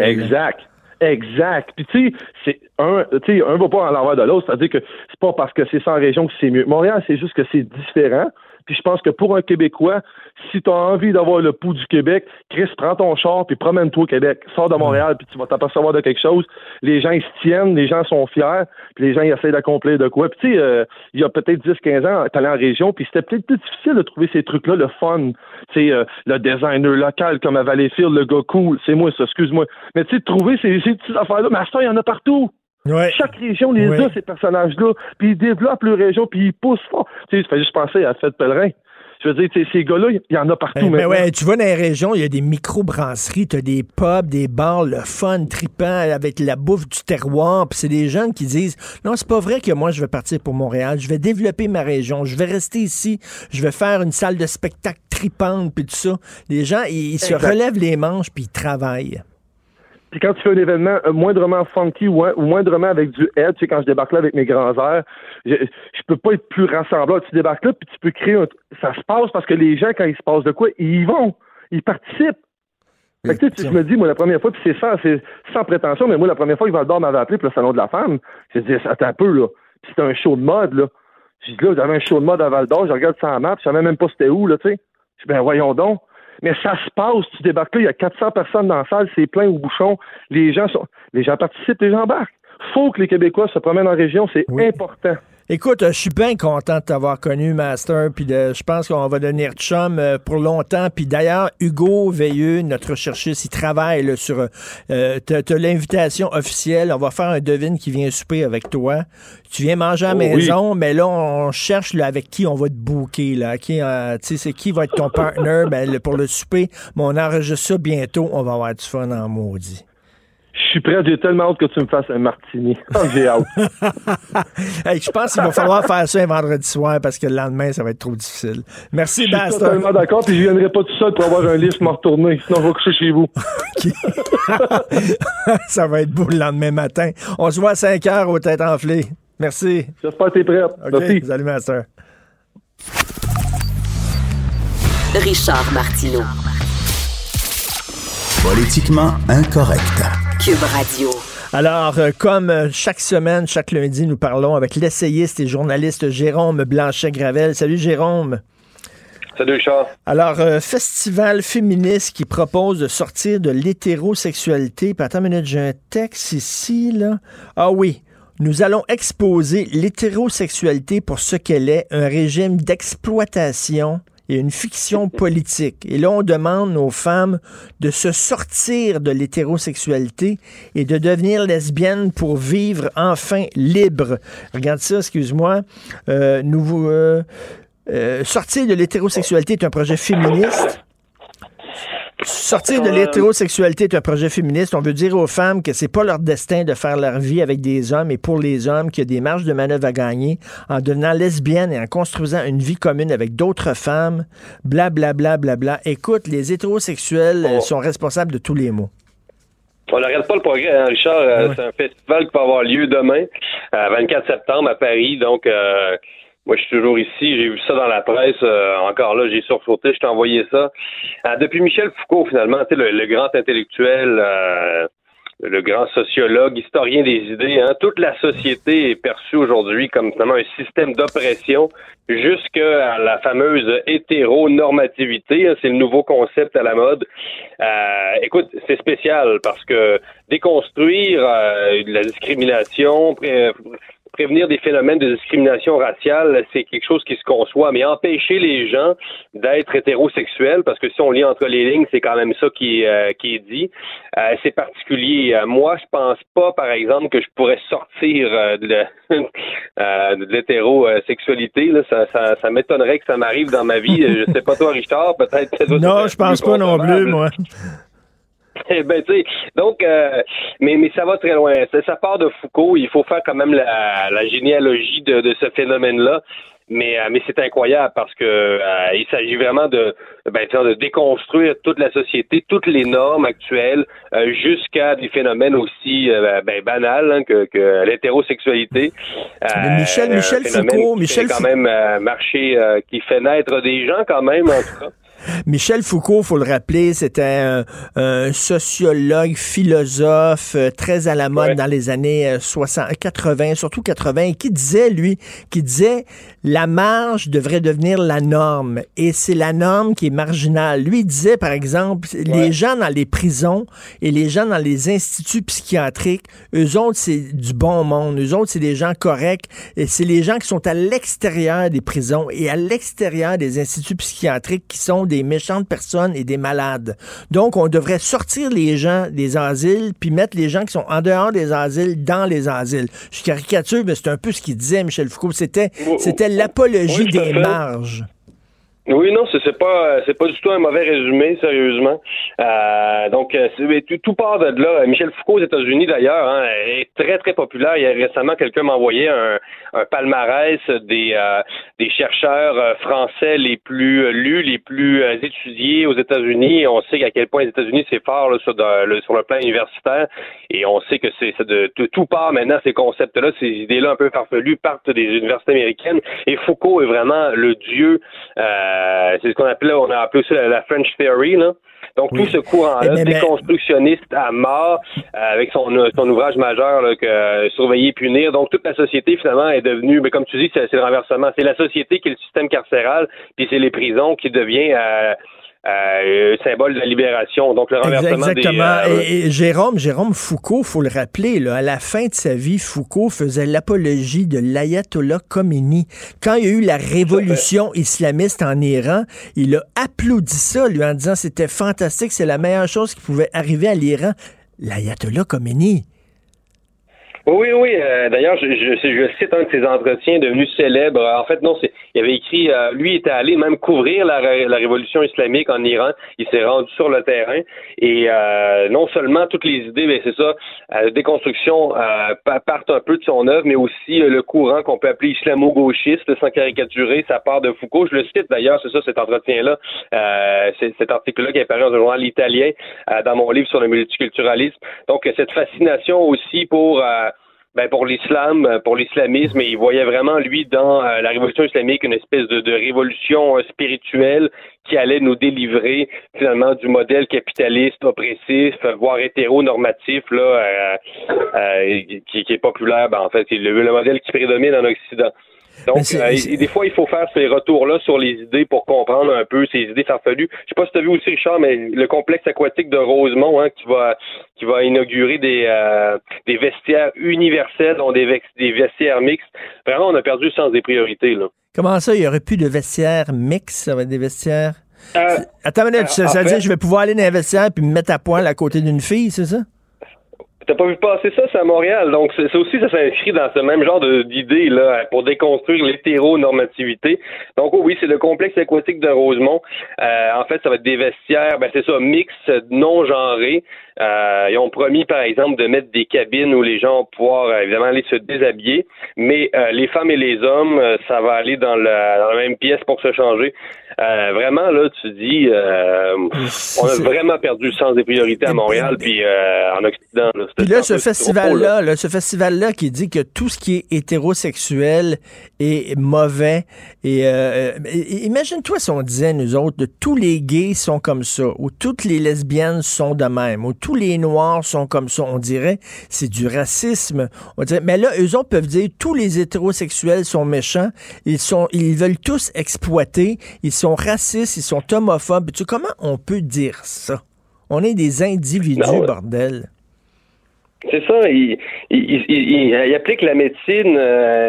Exact. Puis tu sais, un va pas en l'envers de l'autre, c'est-à-dire que c'est pas parce que c'est 100 régions que c'est mieux. Montréal, c'est juste que c'est différent. Puis je pense que pour un Québécois, si tu as envie d'avoir le pouls du Québec, Chris, prends ton char puis promène-toi au Québec. Sors de Montréal puis tu vas t'apercevoir de quelque chose. Les gens, ils se tiennent, les gens sont fiers, puis les gens, ils essaient d'accomplir de quoi. Puis tu sais, il y a peut-être 10-15 ans, t'allais en région, puis c'était peut-être plus difficile de trouver ces trucs-là, le fun. Tu sais, le designer local comme à Valleyfield, le gars cool, c'est moi ça, excuse-moi. Mais tu sais, de trouver ces petites affaires-là, mais à ça, il y en a partout. Ouais. Chaque région les a, ces personnages-là, puis ils développent leur région, puis ils poussent fort. Tu sais, ça fait juste penser à Fête Pellerin. Je veux dire, ces gars-là, il y en a partout maintenant. Ouais, tu vas dans les régions, il y a des micro-brasseries, tu as des pubs, des bars, le fun, trippant, avec la bouffe du terroir, puis c'est des jeunes qui disent, non, c'est pas vrai que moi, je vais partir pour Montréal, je vais développer ma région, je vais rester ici, je vais faire une salle de spectacle trippante, puis tout ça. Les gens, ils se relèvent les manches, puis ils travaillent. Puis quand tu fais un événement moindrement funky ou moindrement avec du head, tu sais, quand je débarque là avec mes grands airs, je peux pas être plus rassemblant. Tu débarques là, puis tu peux créer ça se passe parce que les gens, quand il se passe de quoi, ils y vont. Ils participent. Fait que, je me dis, moi, la première fois, puis c'est sans prétention, mais moi, la première fois que Val d'Or m'avait appelé pour le Salon de la Femme, j'ai dit, attends un peu, là. Puis c'était un show de mode, là. J'ai dit, là, j'avais un show de mode à Val d'Or, je regarde ça en map, je savais même pas c'était où, là, tu sais. Je dis, ben, voyons donc. Mais ça se passe, tu débarques là, il y a 400 personnes dans la salle, c'est plein au bouchon. Les gens participent, les gens embarquent. Faut que les Québécois se promènent en région, c'est important. Écoute, je suis bien content de t'avoir connu, Master, puis je pense qu'on va devenir chum pour longtemps. Puis d'ailleurs, Hugo Veilleux, notre recherchiste, il travaille là, sur... t'as l'invitation officielle. On va faire un devine qui vient souper avec toi. Tu viens manger à la maison, mais là, on cherche là, avec qui on va te booker. Là. Tu sais, c'est qui va être ton partner pour le souper. Mais on enregistre ça bientôt. On va avoir du fun en maudit. Je suis prêt, j'ai tellement hâte que tu me fasses un martini. J'ai hâte. Hey, je pense qu'il va falloir faire ça un vendredi soir parce que le lendemain, ça va être trop difficile. Merci, Bastard. Je suis totalement d'accord, puis je viendrai pas tout seul pour avoir un livre pour me retourner. Sinon, je vais coucher chez vous. Ça va être beau le lendemain matin. On se voit à 5 heures aux têtes enflées. Merci. J'espère que t'es prête. Okay. Merci. Salut, Master. Richard Martineau. Politiquement incorrect. Cube Radio. Alors, comme chaque semaine, chaque lundi, nous parlons avec l'essayiste et journaliste Jérôme Blanchet-Gravel. Salut, Jérôme. Salut, Richard. Alors, festival féministe qui propose de sortir de l'hétérosexualité. Puis, attends une minute, j'ai un texte ici, là. Ah oui. Nous allons exposer l'hétérosexualité pour ce qu'elle est, un régime d'exploitation et une fiction politique. Et là, on demande aux femmes de se sortir de l'hétérosexualité et de devenir lesbiennes pour vivre enfin libre. Regarde ça, excuse-moi. Sortir de l'hétérosexualité est un projet féministe. Sortir de l'hétérosexualité est un projet féministe. On veut dire aux femmes que c'est pas leur destin de faire leur vie avec des hommes et pour les hommes qu'il y a des marges de manœuvre à gagner en devenant lesbienne et en construisant une vie commune avec d'autres femmes. Blablabla. Bla, bla, bla. Écoute, les hétérosexuels sont responsables de tous les maux. On n'arrête pas le progrès, hein, Richard. Ouais. C'est un festival qui va avoir lieu demain, 24 septembre à Paris. Donc, moi, je suis toujours ici. J'ai vu ça dans la presse. Encore là, j'ai sursauté. Je t'ai envoyé ça. Depuis Michel Foucault, finalement, tu sais, le grand intellectuel, le grand sociologue, historien des idées, hein, toute la société est perçue aujourd'hui comme finalement un système d'oppression jusqu'à la fameuse hétéronormativité. Hein, c'est le nouveau concept à la mode. Écoute, c'est spécial parce que déconstruire la discrimination, prévenir des phénomènes de discrimination raciale, c'est quelque chose qui se conçoit, mais empêcher les gens d'être hétérosexuels, parce que si on lit entre les lignes, c'est quand même ça qui est dit, c'est particulier. Moi, je pense pas, par exemple, que je pourrais sortir de l'hétérosexualité. Là, ça m'étonnerait que ça m'arrive dans ma vie. Je sais pas toi, Richard, peut-être. Non, je pense pas non plus, moi. Ben, tu sais, donc, mais ça va très loin. Ça part de Foucault. Il faut faire quand même la généalogie de ce phénomène-là. Mais c'est incroyable parce que il s'agit vraiment de déconstruire toute la société, toutes les normes actuelles, jusqu'à des phénomènes aussi banals hein, que l'hétérosexualité. Michel Foucault, Michel quand même marché qui fait naître des gens quand même en tout cas. Michel Foucault, faut le rappeler, c'était un sociologue, philosophe, très à la mode dans les années 80, surtout 80, qui disait la marge devrait devenir la norme. Et c'est la norme qui est marginale. Lui, il disait, par exemple, les gens dans les prisons et les gens dans les instituts psychiatriques, eux autres, c'est du bon monde. Eux autres, c'est des gens corrects. Et c'est les gens qui sont à l'extérieur des prisons et à l'extérieur des instituts psychiatriques qui sont des méchantes personnes et des malades. Donc, on devrait sortir les gens des asiles puis mettre les gens qui sont en dehors des asiles dans les asiles. Je caricature, mais c'est un peu ce qu'il disait, Michel Foucault. C'était l'apologie des marges. Oui, non, c'est pas du tout un mauvais résumé, sérieusement. Donc, tout part de là. Michel Foucault aux États-Unis, d'ailleurs, hein, est très, très populaire. Il y a récemment, quelqu'un m'a envoyé un palmarès des chercheurs français les plus lus, les plus étudiés aux États-Unis. On sait à quel point les États-Unis, c'est fort là, sur le plan universitaire. Et on sait que tout part maintenant, ces concepts-là, ces idées-là un peu farfelues partent des universités américaines. Et Foucault est vraiment le dieu. C'est ce on a appelé ça la French Theory, là. Donc, tout ce courant-là, déconstructionniste à mort, avec son ouvrage majeur, là, que Surveiller et punir. Donc, toute la société, finalement, est devenue, comme tu dis, c'est le renversement. C'est la société qui est le système carcéral, puis c'est les prisons qui devient symbole de la libération. Donc, le renversement Exactement. Et Jérôme Foucault, faut le rappeler, là, à la fin de sa vie, Foucault faisait l'apologie de l'ayatollah Khomeini. Quand il y a eu la révolution islamiste en Iran, il a applaudi ça, lui, en disant c'était fantastique, c'est la meilleure chose qui pouvait arriver à l'Iran. L'ayatollah Khomeini. Oui. D'ailleurs, je cite un de ses entretiens devenus célèbres. En fait, non, il avait écrit, lui était allé même couvrir la révolution islamique en Iran. Il s'est rendu sur le terrain et non seulement toutes les idées, mais c'est ça, déconstruction partent un peu de son œuvre, mais aussi le courant qu'on peut appeler islamo-gauchiste, sans caricaturer, ça part de Foucault. Je le cite d'ailleurs, c'est ça, cet entretien-là, c'est cet article-là qui est paru dans un journal italien dans mon livre sur le multiculturalisme. Donc, cette fascination aussi pour l'islam, pour l'islamisme, et il voyait vraiment, lui, dans la révolution islamique, une espèce de révolution spirituelle qui allait nous délivrer, finalement, du modèle capitaliste, oppressif, voire hétéronormatif, là, qui est populaire, en fait, c'est le modèle qui prédomine en Occident. Donc, des fois, il faut faire ces retours-là sur les idées pour comprendre un peu ces idées farfelues. Je sais pas si tu as vu aussi, Richard, mais le complexe aquatique de Rosemont, qui va inaugurer des vestiaires universels, dont des vestiaires mixtes. Vraiment, on a perdu le sens des priorités, là. Comment ça, il y aurait plus de vestiaires mixtes? Ça va être des vestiaires... Attends une minute, ça veut dire que je vais pouvoir aller dans un vestiaire puis me mettre à poil à côté d'une fille, c'est ça? T'as pas vu passer ça, c'est à Montréal. Donc, ça aussi, ça s'inscrit dans ce même genre d'idée, là, pour déconstruire l'hétéronormativité. Donc, oui, c'est le complexe aquatique de Rosemont. En fait, ça va être des vestiaires, c'est ça, mixtes, non genrés. Ils ont promis, par exemple, de mettre des cabines où les gens vont pouvoir, évidemment, aller se déshabiller. Mais les femmes et les hommes, ça va aller dans la même pièce pour se changer. Vraiment, là, tu dis, on a vraiment perdu le sens des priorités à Montréal, puis en Occident, là. Puis là, ce festival-là qui dit que tout ce qui est hétérosexuel est mauvais. Et imagine-toi si on disait, nous autres, de tous les gays sont comme ça, ou toutes les lesbiennes sont de même, ou tous les noirs sont comme ça. On dirait c'est du racisme. On dirait, mais là, eux autres peuvent dire tous les hétérosexuels sont méchants, ils veulent tous exploiter, ils sont racistes, ils sont homophobes. Tu sais, comment on peut dire ça? On est des individus, bordel. C'est ça, ils appliquent la médecine,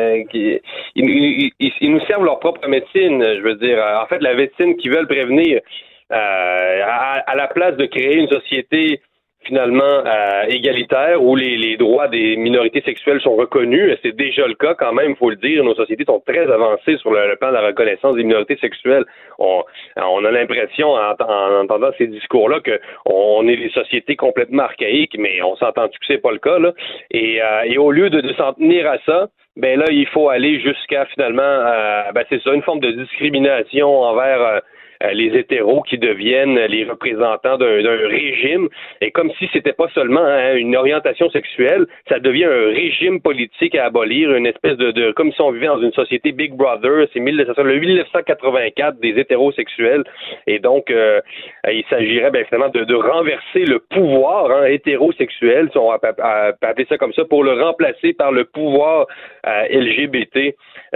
ils nous servent leur propre médecine, je veux dire. En fait, la médecine qu'ils veulent prévenir, à la place de créer une société finalement égalitaire où les droits des minorités sexuelles sont reconnus. C'est déjà le cas quand même, il faut le dire. Nos sociétés sont très avancées sur le plan de la reconnaissance des minorités sexuelles. On a l'impression, en entendant ces discours-là, qu'on est des sociétés complètement archaïques, mais on s'entend-tu que c'est pas le cas, là? Et au lieu de s'en tenir à ça, là, il faut aller jusqu'à finalement, c'est ça, une forme de discrimination envers les hétéros qui deviennent les représentants d'un régime, et comme si c'était pas seulement une orientation sexuelle, ça devient un régime politique à abolir, une espèce de comme si on vivait dans une société Big Brother, c'est le 1984 des hétérosexuels, et donc il s'agirait finalement de renverser le pouvoir hétérosexuel, si on va appeler ça comme ça, pour le remplacer par le pouvoir LGBT.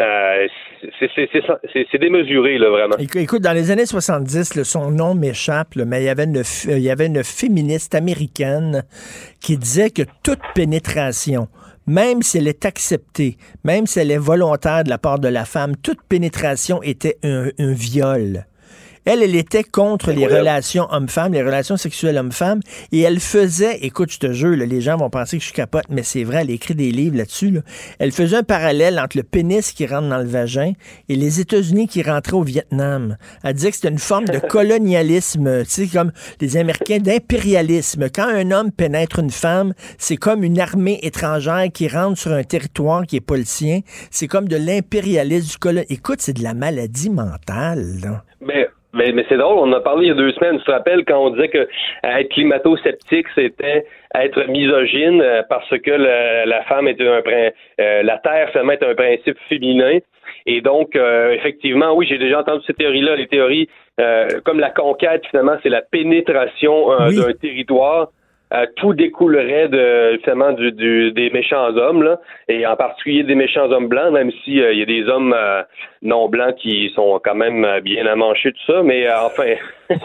C'est démesuré, là, vraiment. Écoute, dans les années 70, là, son nom m'échappe, là, mais il y avait une féministe américaine qui disait que toute pénétration, même si elle est acceptée, même si elle est volontaire de la part de la femme, toute pénétration était un viol. Elle était contre les relations hommes-femmes, les relations sexuelles hommes-femmes, et elle faisait, écoute, je te jure, là, les gens vont penser que je capote, mais c'est vrai, elle écrit des livres là-dessus, là. Elle faisait un parallèle entre le pénis qui rentre dans le vagin et les États-Unis qui rentraient au Vietnam. Elle disait que c'était une forme de colonialisme, tu sais, comme les Américains, d'impérialisme. Quand un homme pénètre une femme, c'est comme une armée étrangère qui rentre sur un territoire qui est pas le sien. C'est comme de l'impérialisme du colon. Écoute, c'est de la maladie mentale, là. Mais c'est drôle, on en a parlé il y a 2 semaines, tu te rappelles, quand on disait que être climato-sceptique, c'était être misogyne parce que la femme est la Terre finalement est un principe féminin. Et donc, effectivement, oui, j'ai déjà entendu ces théories-là, les théories comme la conquête, finalement, c'est la pénétration d'un territoire. Tout découlerait finalement des méchants hommes, là, et en particulier des méchants hommes blancs, même si il y a des hommes non blancs qui sont quand même bien amanchés, tout ça, mais enfin,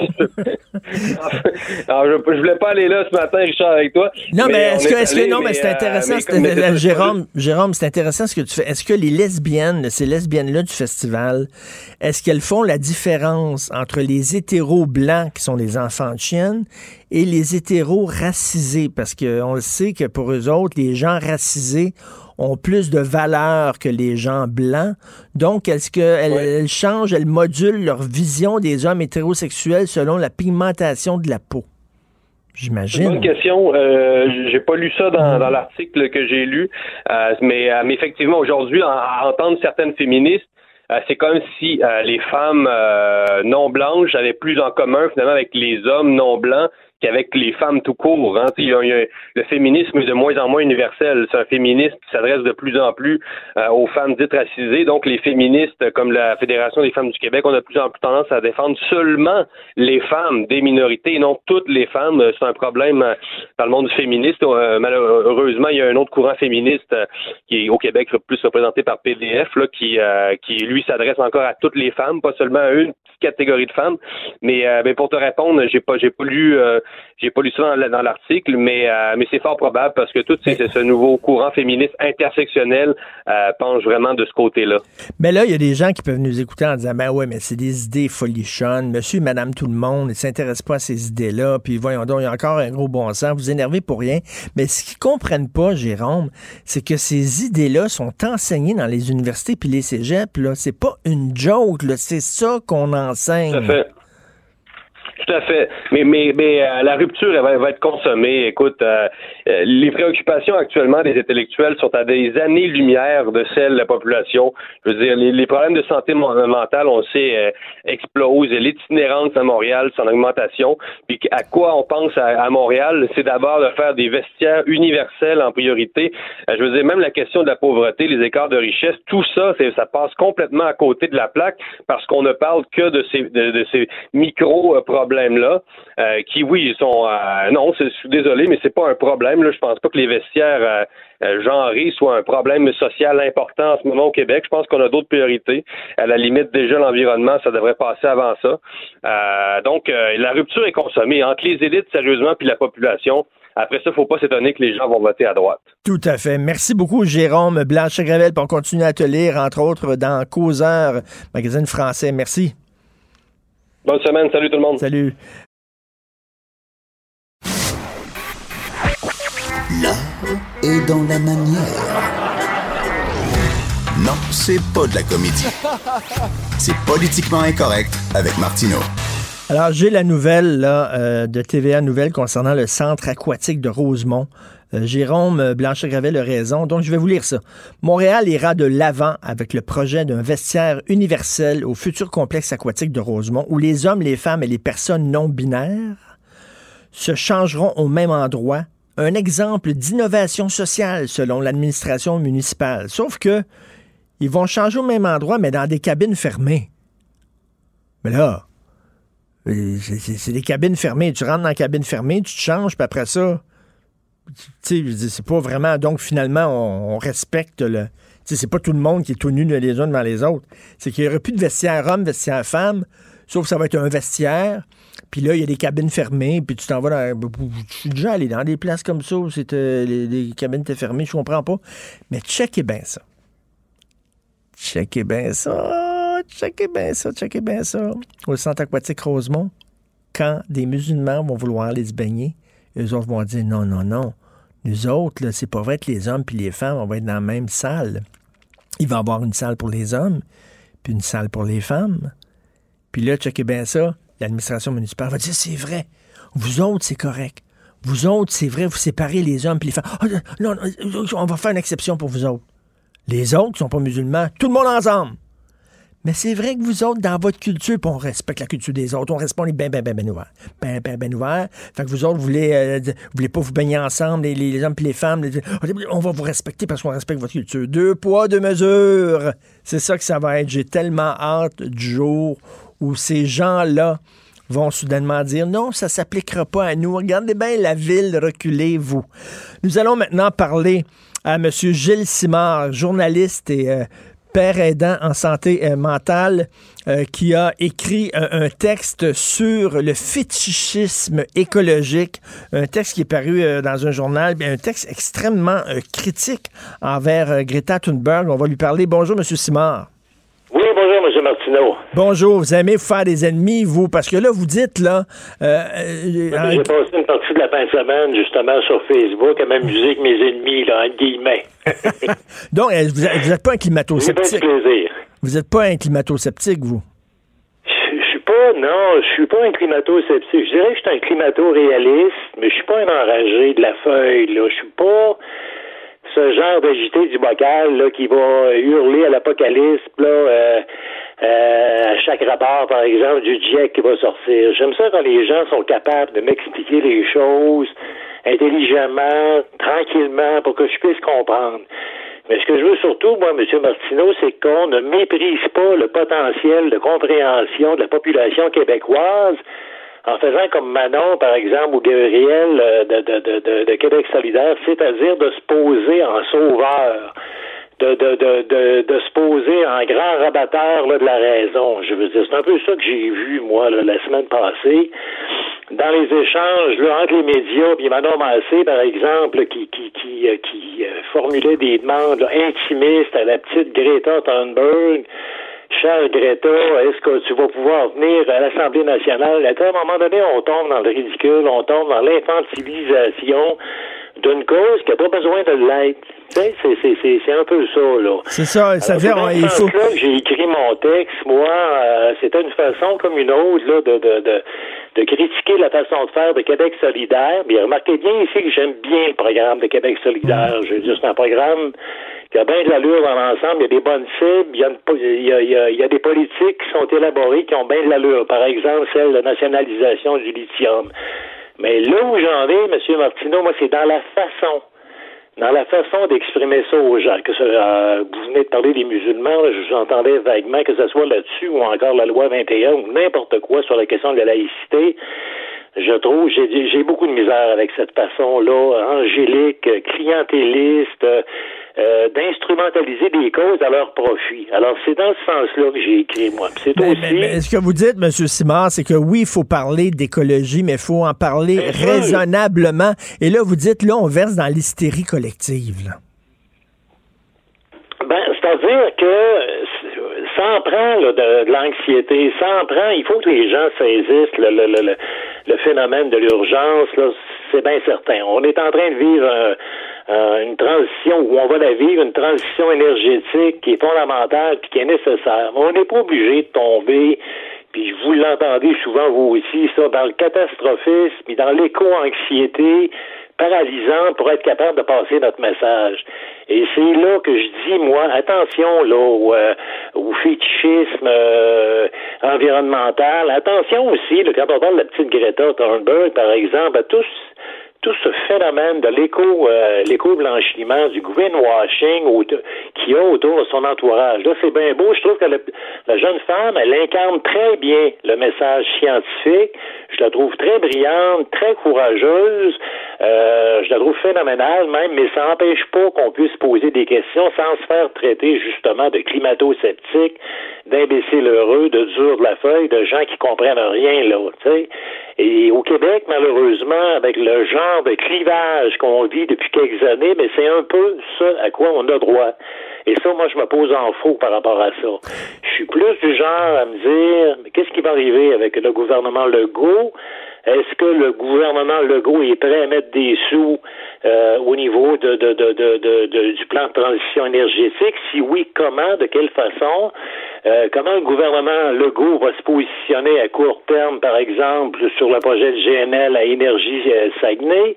alors, je voulais pas aller là ce matin, Richard, avec toi. Non, mais c'est intéressant, Jérôme, c'est intéressant ce que tu fais. Est-ce que les lesbiennes, ces lesbiennes-là du festival, est-ce qu'elles font la différence entre les hétéros blancs, qui sont les enfants de chienne, et les hétéros racisés? Parce qu'on le sait que pour eux autres, les gens racisés ont plus de valeur que les gens blancs. Donc, est-ce qu'elles changent, elles modulent leur vision des hommes hétérosexuels selon la pigmentation de la peau? J'imagine. C'est une bonne question. J'ai pas lu ça dans l'article que j'ai lu, mais effectivement, aujourd'hui, à entendre certaines féministes, c'est comme si les femmes non blanches avaient plus en commun finalement avec les hommes non blancs qu'avec les femmes tout court. Hein. Le féminisme est de moins en moins universel. C'est un féminisme qui s'adresse de plus en plus aux femmes dites racisées. Donc, les féministes, comme la Fédération des femmes du Québec, ont de plus en plus tendance à défendre seulement les femmes des minorités et non toutes les femmes. C'est un problème dans le monde du féministe. Malheureusement, il y a un autre courant féministe qui est au Québec plus représenté par PDF, là, qui lui s'adresse encore à toutes les femmes, pas seulement à une catégorie de femmes. Mais pour te répondre, j'ai pas lu ça dans l'article, mais c'est fort probable parce que tout ce nouveau courant féministe intersectionnel penche vraiment de ce côté-là. Mais là, il y a des gens qui peuvent nous écouter en disant ben ouais, mais c'est des idées folichonnes, monsieur et madame tout le monde ne s'intéressent pas à ces idées-là, puis voyons donc, il y a encore un gros bon sens, vous énervez pour rien. Mais ce qu'ils comprennent pas, Jérôme, c'est que ces idées-là sont enseignées dans les universités puis les cégeps, là. C'est pas une joke, là. C'est ça qu'on enseigne. Tout à fait. Tout à fait. Mais la rupture, elle va être consommée. Écoute, les préoccupations actuellement des intellectuels sont à des années-lumière de celles de la population. Je veux dire, les problèmes de santé mentale, on le sait, explosent. L'itinérance à Montréal, c'est en augmentation. Puis à quoi on pense à Montréal? C'est d'abord de faire des vestiaires universels en priorité. Je veux dire, même la question de la pauvreté, les écarts de richesse, tout ça, ça passe complètement à côté de la plaque parce qu'on ne parle que de ces micro-problèmes-là, qui, oui, sont... non, je suis désolé, mais c'est pas un problème. Là. Je pense pas que les vestiaires genrés soient un problème social important en ce moment au Québec. Je pense qu'on a d'autres priorités. À la limite, déjà, l'environnement, ça devrait passer avant ça. Donc, la rupture est consommée entre les élites, sérieusement, puis la population. Après ça, il ne faut pas s'étonner que les gens vont voter à droite. Tout à fait. Merci beaucoup, Jérôme Blanchet-Gravel, pour continuer à te lire, entre autres, dans Causeur, magazine français. Merci. Bonne semaine. Salut tout le monde. Salut. L'art est dans la manière. Non, c'est pas de la comédie. C'est Politiquement Incorrect avec Martineau. Alors, j'ai la nouvelle là, de TVA Nouvelles concernant le centre aquatique de Rosemont. Jérôme Blanchet-Gravel a raison, donc je vais vous lire ça. Montréal ira de l'avant avec le projet d'un vestiaire universel au futur complexe aquatique de Rosemont où les hommes, les femmes et les personnes non binaires se changeront au même endroit. Un exemple d'innovation sociale selon l'administration municipale. Sauf que ils vont changer au même endroit, mais dans des cabines fermées. Mais là, c'est des cabines fermées. Tu rentres dans la cabine fermée, tu te changes, puis après ça, tu sais, c'est pas vraiment... Donc, finalement, on respecte le... Tu sais, c'est pas tout le monde qui est tout nu les uns devant les autres. C'est qu'il n'y aura plus de vestiaire homme, vestiaire femme, sauf que ça va être un vestiaire, puis là, il y a des cabines fermées, puis tu t'en vas dans... Je suis déjà allé dans des places comme ça où les cabines étaient fermées, je comprends pas. Mais checkez bien ça. Checkez bien ça. Au centre aquatique Rosemont, quand des musulmans vont vouloir aller se baigner, eux autres vont dire non. Nous autres, là, c'est pas vrai que les hommes puis les femmes, on va être dans la même salle. Il va y avoir une salle pour les hommes, puis une salle pour les femmes. Puis là, checkez bien ça, l'administration municipale va dire c'est vrai. Vous autres, c'est correct. Vous autres, c'est vrai, vous séparez les hommes puis les femmes. Oh, non, on va faire une exception pour vous autres. Les autres qui sont pas musulmans, tout le monde ensemble. Mais c'est vrai que vous autres, dans votre culture, puis on respecte la culture des autres, on reste, on est bien ouverts. Ben ouverts. Fait que vous autres, vous voulez pas vous baigner ensemble, les hommes et les femmes. On va vous respecter parce qu'on respecte votre culture. 2 poids, 2 mesures. C'est ça que ça va être. J'ai tellement hâte du jour où ces gens-là vont soudainement dire non, ça s'appliquera pas à nous. Regardez bien la ville reculer, vous. Nous allons maintenant parler à M. Gilles Simard, journaliste et père aidant en santé mentale, qui a écrit un texte sur le fétichisme écologique, un texte qui est paru dans un journal, un texte extrêmement critique envers Greta Thunberg. On va lui parler. Bonjour, M. Simard. Oui, bonjour, M. Martineau. Bonjour, vous aimez vous faire des ennemis, vous, parce que là, vous dites, là... J'ai passé une partie de la fin de semaine, justement, sur Facebook, à m'amuser avec mes ennemis, là, entre guillemets. Donc, vous n'êtes pas un climato-sceptique. J'ai bien plaisir. Vous n'êtes pas un climato-sceptique, vous? Je suis pas un climato-sceptique. Je dirais que je suis un climato-réaliste, mais je suis pas un enragé de la feuille, là. Je suis pas ce genre d'agité du bocal là, qui va hurler à l'apocalypse là, à chaque rapport, par exemple, du GIEC qui va sortir. J'aime ça quand les gens sont capables de m'expliquer les choses intelligemment, tranquillement, pour que je puisse comprendre. Mais ce que je veux surtout, moi, M. Martineau, c'est qu'on ne méprise pas le potentiel de compréhension de la population québécoise en faisant comme Manon, par exemple, ou Gabriel de Québec solidaire, c'est-à-dire de se poser en sauveur, de se poser en grand rabatteur là, de la raison. Je veux dire, c'est un peu ça que j'ai vu, moi, là, la semaine passée, dans les échanges là, entre les médias, puis Manon Massé, par exemple, qui formulait des demandes là, intimistes à la petite Greta Thunberg. Chère Greta, est-ce que tu vas pouvoir venir à l'Assemblée nationale? À un moment donné, on tombe dans le ridicule, on tombe dans l'infantilisation d'une cause qui n'a pas besoin de l'être. Tu sais, c'est un peu ça, là. C'est ça, ça veut dire, il faut... Là que j'ai écrit mon texte, moi, c'était une façon comme une autre, là, de critiquer la façon de faire de Québec solidaire. Bien, remarquez bien ici que j'aime bien le programme de Québec solidaire. Je veux dire, c'est un programme qui a bien de l'allure dans l'ensemble, il y a des bonnes cibles, il y a des politiques qui sont élaborées qui ont bien de l'allure. Par exemple, celle de nationalisation du lithium. Mais là où j'en vais, M. Martineau, moi, c'est dans la façon d'exprimer ça aux gens. Que vous venez de parler des musulmans, là, je vous entendais vaguement, que ce soit là-dessus ou encore la loi 21 ou n'importe quoi sur la question de la laïcité. Je trouve, j'ai beaucoup de misère avec cette façon-là, angélique, clientéliste, d'instrumentaliser des causes à leur profit. Alors, c'est dans ce sens-là que j'ai écrit, moi. Puis c'est aussi... Mais ce que vous dites, M. Simard, c'est que oui, il faut parler d'écologie, mais il faut en parler raisonnablement. Et là, vous dites, là, on verse dans l'hystérie collective, là. C'est-à-dire que ça en prend là, de l'anxiété, ça en prend, il faut que les gens saisissent le phénomène de l'urgence, là, c'est bien certain. On est en train de vivre une transition, où on va la vivre, une transition énergétique qui est fondamentale et qui est nécessaire. On n'est pas obligé de tomber, puis vous l'entendez souvent vous aussi, ça, dans le catastrophisme et dans l'éco-anxiété paralysant pour être capable de passer notre message. Et c'est là que je dis, moi, attention là au fétichisme environnemental. Attention aussi, là, quand on parle de la petite Greta Thunberg, par exemple, à tout ce phénomène de l'éco-blanchiment, du greenwashing qu'il y a autour de son entourage. Là, c'est bien beau. Je trouve que la jeune femme, elle incarne très bien le message scientifique. Je la trouve très brillante, très courageuse. Je la trouve phénoménale même, mais ça n'empêche pas qu'on puisse poser des questions sans se faire traiter justement de climato-sceptiques, d'imbéciles heureux, de durs de la feuille, de gens qui comprennent rien, là, tu sais. Et au Québec, malheureusement, avec le genre de clivage qu'on vit depuis quelques années, mais c'est un peu ça à quoi on a droit. Et ça, moi, je me pose en faux par rapport à ça. Je suis plus du genre à me dire, mais qu'est-ce qui va arriver avec le gouvernement Legault? Est-ce que le gouvernement Legault est prêt à mettre des sous au niveau du plan de transition énergétique? Si oui, comment? De quelle façon? Comment le gouvernement Legault va se positionner à court terme, par exemple, sur le projet de GNL à Énergie Saguenay?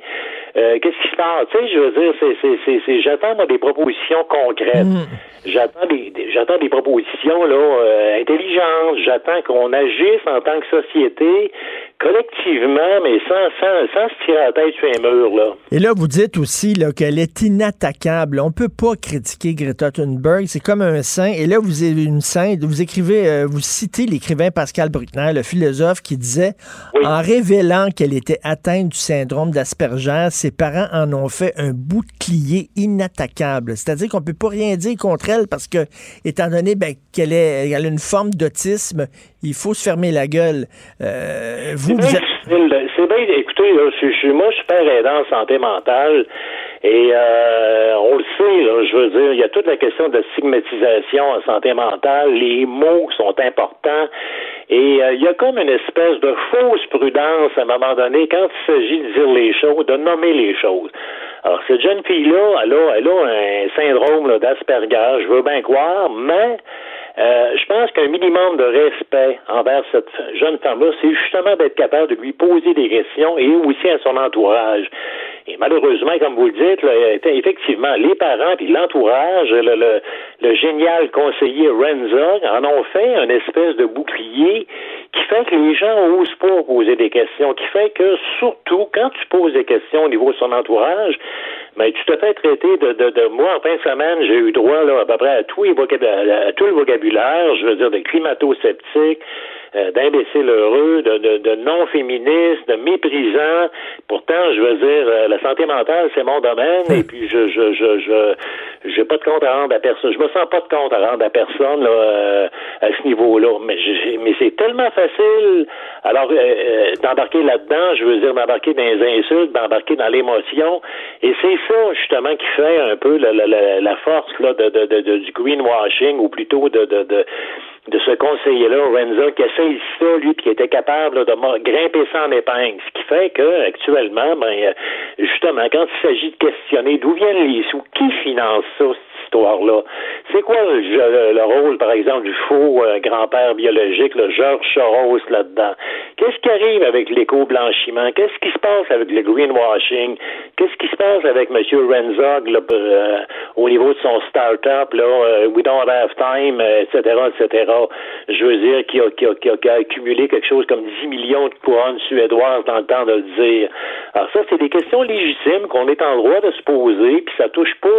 qu'est-ce qui se passe? Tu sais, je veux dire, j'attends moi, des propositions concrètes. J'attends des propositions là intelligentes. J'attends qu'on agisse en tant que société collectivement, mais sans se tirer la tête sur un mur, là. Et là, vous dites aussi là, qu'elle est inattaquable. On peut pas critiquer Greta Thunberg. C'est comme un saint. Et là, vous avez une sainte. Vous écrivez, vous citez l'écrivain Pascal Bruckner, le philosophe, qui disait, en révélant qu'elle était atteinte du syndrome d'Asperger, ses parents en ont fait un bouclier inattaquable. C'est-à-dire qu'on peut pas rien dire contre elle parce que, étant donné qu'elle a une forme d'autisme, il faut se fermer la gueule. C'est bien, écoutez, là, moi, je suis père aidant en santé mentale et on le sait, là, je veux dire, il y a toute la question de stigmatisation en santé mentale, les mots sont importants et il y a comme une espèce de fausse prudence à un moment donné quand il s'agit de dire les choses, de nommer les choses. Alors, cette jeune fille-là, elle a un syndrome là, d'Asperger, je veux bien croire, mais je pense qu'un minimum de respect envers cette jeune femme-là, c'est justement d'être capable de lui poser des questions et aussi à son entourage. Et malheureusement, comme vous le dites, là, effectivement, les parents et l'entourage, le génial conseiller Renza en ont fait une espèce de bouclier qui fait que les gens n'osent pas poser des questions, qui fait que surtout, quand tu poses des questions au niveau de son entourage, ben, tu te fais traiter de moi, en fin de semaine, j'ai eu droit là, à peu près à tout le vocabulaire, je veux dire, de climato-sceptique, d'imbéciles heureux, de non-féministes, de méprisants. Pourtant, je veux dire, la santé mentale, c'est mon domaine, et puis j'ai pas de compte à rendre à personne. Je me sens pas de compte à rendre à personne là, à ce niveau-là. Mais c'est tellement facile. Alors, d'embarquer là-dedans, je veux dire, d'embarquer dans les insultes, d'embarquer dans l'émotion. Et c'est ça, justement, qui fait un peu la force là, du greenwashing, ou plutôt de ce conseiller-là, Renza, qui essaye ça, lui, puis qui était capable là, de grimper ça en épingle. Ce qui fait que actuellement, justement, quand il s'agit de questionner d'où viennent les sous, qui finance ça, cette histoire-là? C'est quoi le rôle, par exemple, du faux grand-père biologique, le Georges Soros, là-dedans? Qu'est-ce qui arrive avec l'éco-blanchiment? Qu'est-ce qui se passe avec le greenwashing? Qu'est-ce qui se passe avec M. Renza au niveau de son start-up, là, We Don't Have Time, etc., etc.? Je veux dire qu'il a accumulé quelque chose comme 10 millions de couronnes suédoises dans le temps de le dire. Alors ça, c'est des questions légitimes qu'on est en droit de se poser, puis ça touche pas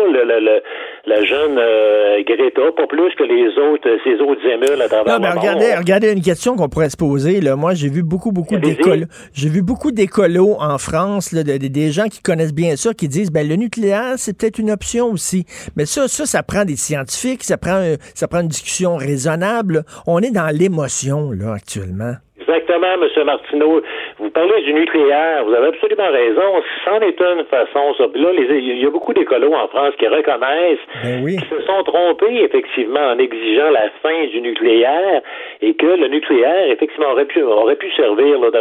la jeune Greta, pas plus que ces autres émules à travers le monde. Regardez une question qu'on pourrait se poser. Là. Moi, j'ai vu beaucoup d'écolos. J'ai vu beaucoup d'écolos en France, là, des gens qui connaissent bien ça, qui disent le nucléaire, c'est peut-être une option aussi. Mais ça prend des scientifiques, ça prend une discussion raisonnable. On est dans l'émotion, là, actuellement. Exactement, M. Martineau. Vous parlez du nucléaire, vous avez absolument raison. C'en est une façon, ça. Puis là, il y a beaucoup d'écolos en France qui reconnaissent qu'ils se sont trompés, effectivement, en exigeant la fin du nucléaire, et que le nucléaire, effectivement, aurait pu servir là,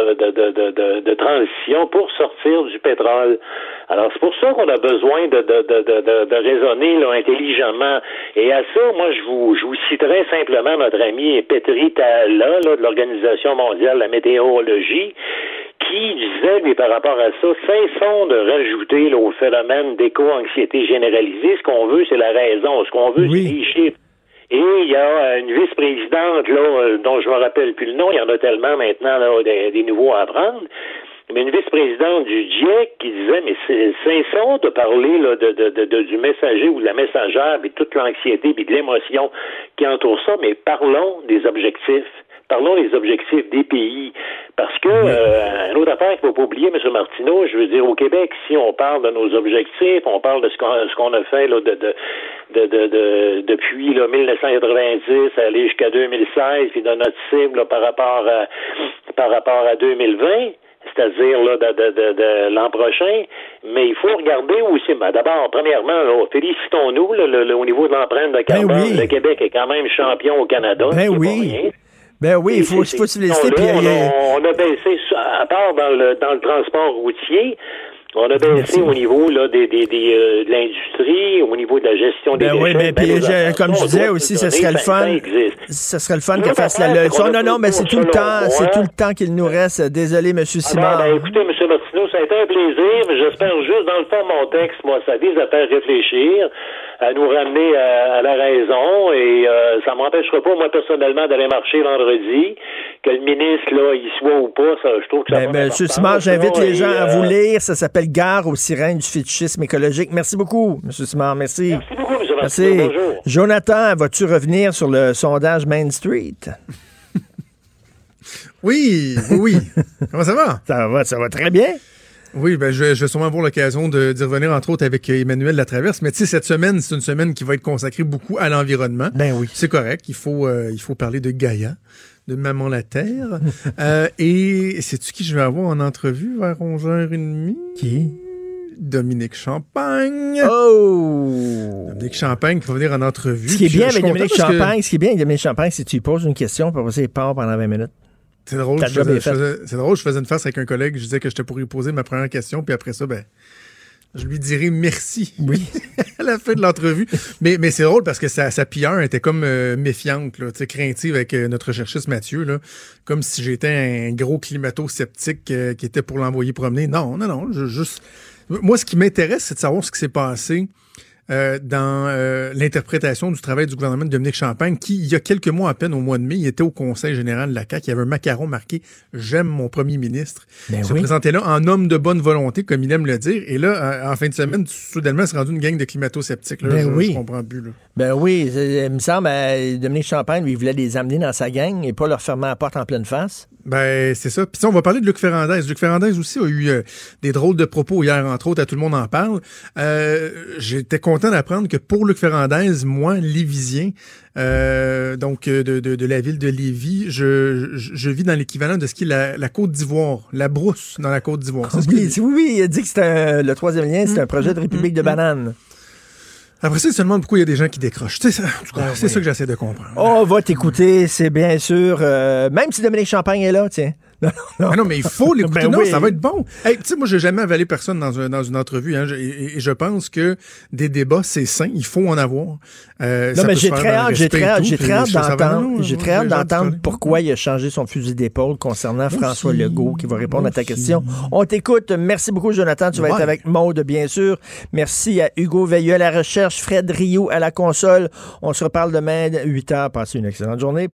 de transition pour sortir du pétrole. Alors, c'est pour ça qu'on a besoin de raisonner là, intelligemment. Et à ça, moi, je vous citerai simplement notre ami Petri Tala, là, de l'Organisation mondiale de la météorologie, qui disait, lui, par rapport à ça, cessons de rajouter là, au phénomène d'éco-anxiété généralisée. Ce qu'on veut, c'est la raison. Ce qu'on veut, c'est les chiffres. Et il y a une vice-présidente, là, dont je me rappelle plus le nom, il y en a tellement maintenant là, des nouveaux à apprendre, mais une vice-présidente du GIEC qui disait, mais cessons de parler là, du messager ou de la messagère, puis toute l'anxiété, puis de l'émotion qui entoure ça, mais parlons des objectifs. Parlons des objectifs des pays. Parce que, une autre affaire qu'il ne faut pas oublier, M. Martineau, je veux dire, au Québec, si on parle de nos objectifs, on parle de ce qu'on a fait là, depuis là, 1990 aller jusqu'à 2016, puis de notre cible là, par rapport à 2020, c'est-à-dire là, de l'an prochain. Mais il faut regarder aussi, d'abord, premièrement, là, félicitons-nous là, au niveau de l'empreinte de carbone. Le Québec est quand même champion au Canada. Ben oui, il faut se féliciter. On a baissé, à part dans le transport routier, On a baissé au niveau là, de l'industrie, au niveau de la gestion des déchets. Oui, mais puis, comme je disais aussi, ce serait le fun. Ce serait le fun qu'elle fasse la leçon. Non, mais c'est tout le temps qu'il nous reste. Désolé, M. Simard. Écoutez, M. Martineau, ça a été un plaisir, mais j'espère juste, dans le fond, mon texte, moi, ça vise à faire réfléchir, à nous ramener à la raison, et ça m'empêchera pas, moi, personnellement, d'aller marcher vendredi. Que le ministre, là, il soit ou pas, ça, je trouve que ça va. M. Simard, j'invite les gens à vous lire. Ça s'appelle Gare aux sirènes du fétichisme écologique. Merci beaucoup, M. Simard. Merci. Merci beaucoup, M. Martineau. Bonjour. Jonathan, vas-tu revenir sur le sondage Main Street? Oui. Comment ça va? Ça va très bien. Oui, je vais sûrement avoir l'occasion d'y revenir, entre autres, avec Emmanuel Latraverse. Mais tu sais, cette semaine, c'est une semaine qui va être consacrée beaucoup à l'environnement. Ben oui. C'est correct. Il faut parler de Gaïa, de Maman la Terre. Et sais-tu qui je vais avoir en entrevue vers 11h30? Qui? Dominique Champagne. Oh! Dominique Champagne qui va venir en entrevue. Ce qui est bien avec Dominique Champagne, c'est que tu lui poses une question, puis après il part pendant 20 minutes. C'est drôle, je faisais une face avec un collègue, je disais que j'étais pour lui poser ma première question, puis après ça, je lui dirai merci. Oui. À la fin de l'entrevue. Mais c'est drôle parce que sa pilleur était comme méfiante, là, craintive avec notre chercheuse Mathieu, là, comme si j'étais un gros climato-sceptique qui était pour l'envoyer promener. Non, moi, ce qui m'intéresse, c'est de savoir ce qui s'est passé dans l'interprétation du travail du gouvernement de Dominique Champagne, qui, il y a quelques mois à peine, au mois de mai, il était au Conseil général de la CAQ. Il y avait un macaron marqué « J'aime mon premier ministre ». Il se présentait là en homme de bonne volonté, comme il aime le dire. Et là, en fin de semaine, soudainement, c'est rendu une gang de climato-sceptiques. Là, je comprends plus. Là. Ben oui, il me semble, Dominique Champagne, lui, il voulait les amener dans sa gang et pas leur fermer la porte en pleine face. Ben, c'est ça. Puis on va parler de Luc Ferrandez. Luc Ferrandez aussi a eu des drôles de propos hier, entre autres, à Tout le monde en parle. J'étais content d'apprendre que pour Luc Ferrandez, moi, Lévisien, donc de la ville de Lévis, je vis dans l'équivalent de ce qui est la Côte d'Ivoire, la brousse dans la Côte d'Ivoire. Oui, il a dit que c'était le troisième lien, c'était un projet de République de bananes. Après ça, il se demande pourquoi il y a des gens qui décrochent. C'est ça que j'essaie de comprendre. On va t'écouter, c'est bien sûr. Même si Dominique Champagne est là, tiens. Non, mais il faut l'écouter. Ça va être bon. Hey, tu sais, moi, j'ai jamais avalé personne dans une entrevue. Hein, et je pense que des débats, c'est sain. Il faut en avoir. Non, mais j'ai très hâte d'entendre pourquoi il a changé son fusil d'épaule concernant François Legault, qui va répondre à ta question. On t'écoute. Merci beaucoup, Jonathan. Tu vas être avec Maude, bien sûr. Merci à Hugo Veilleux à la recherche, Fred Rioux à la console. On se reparle demain à 8h. Passez une excellente journée.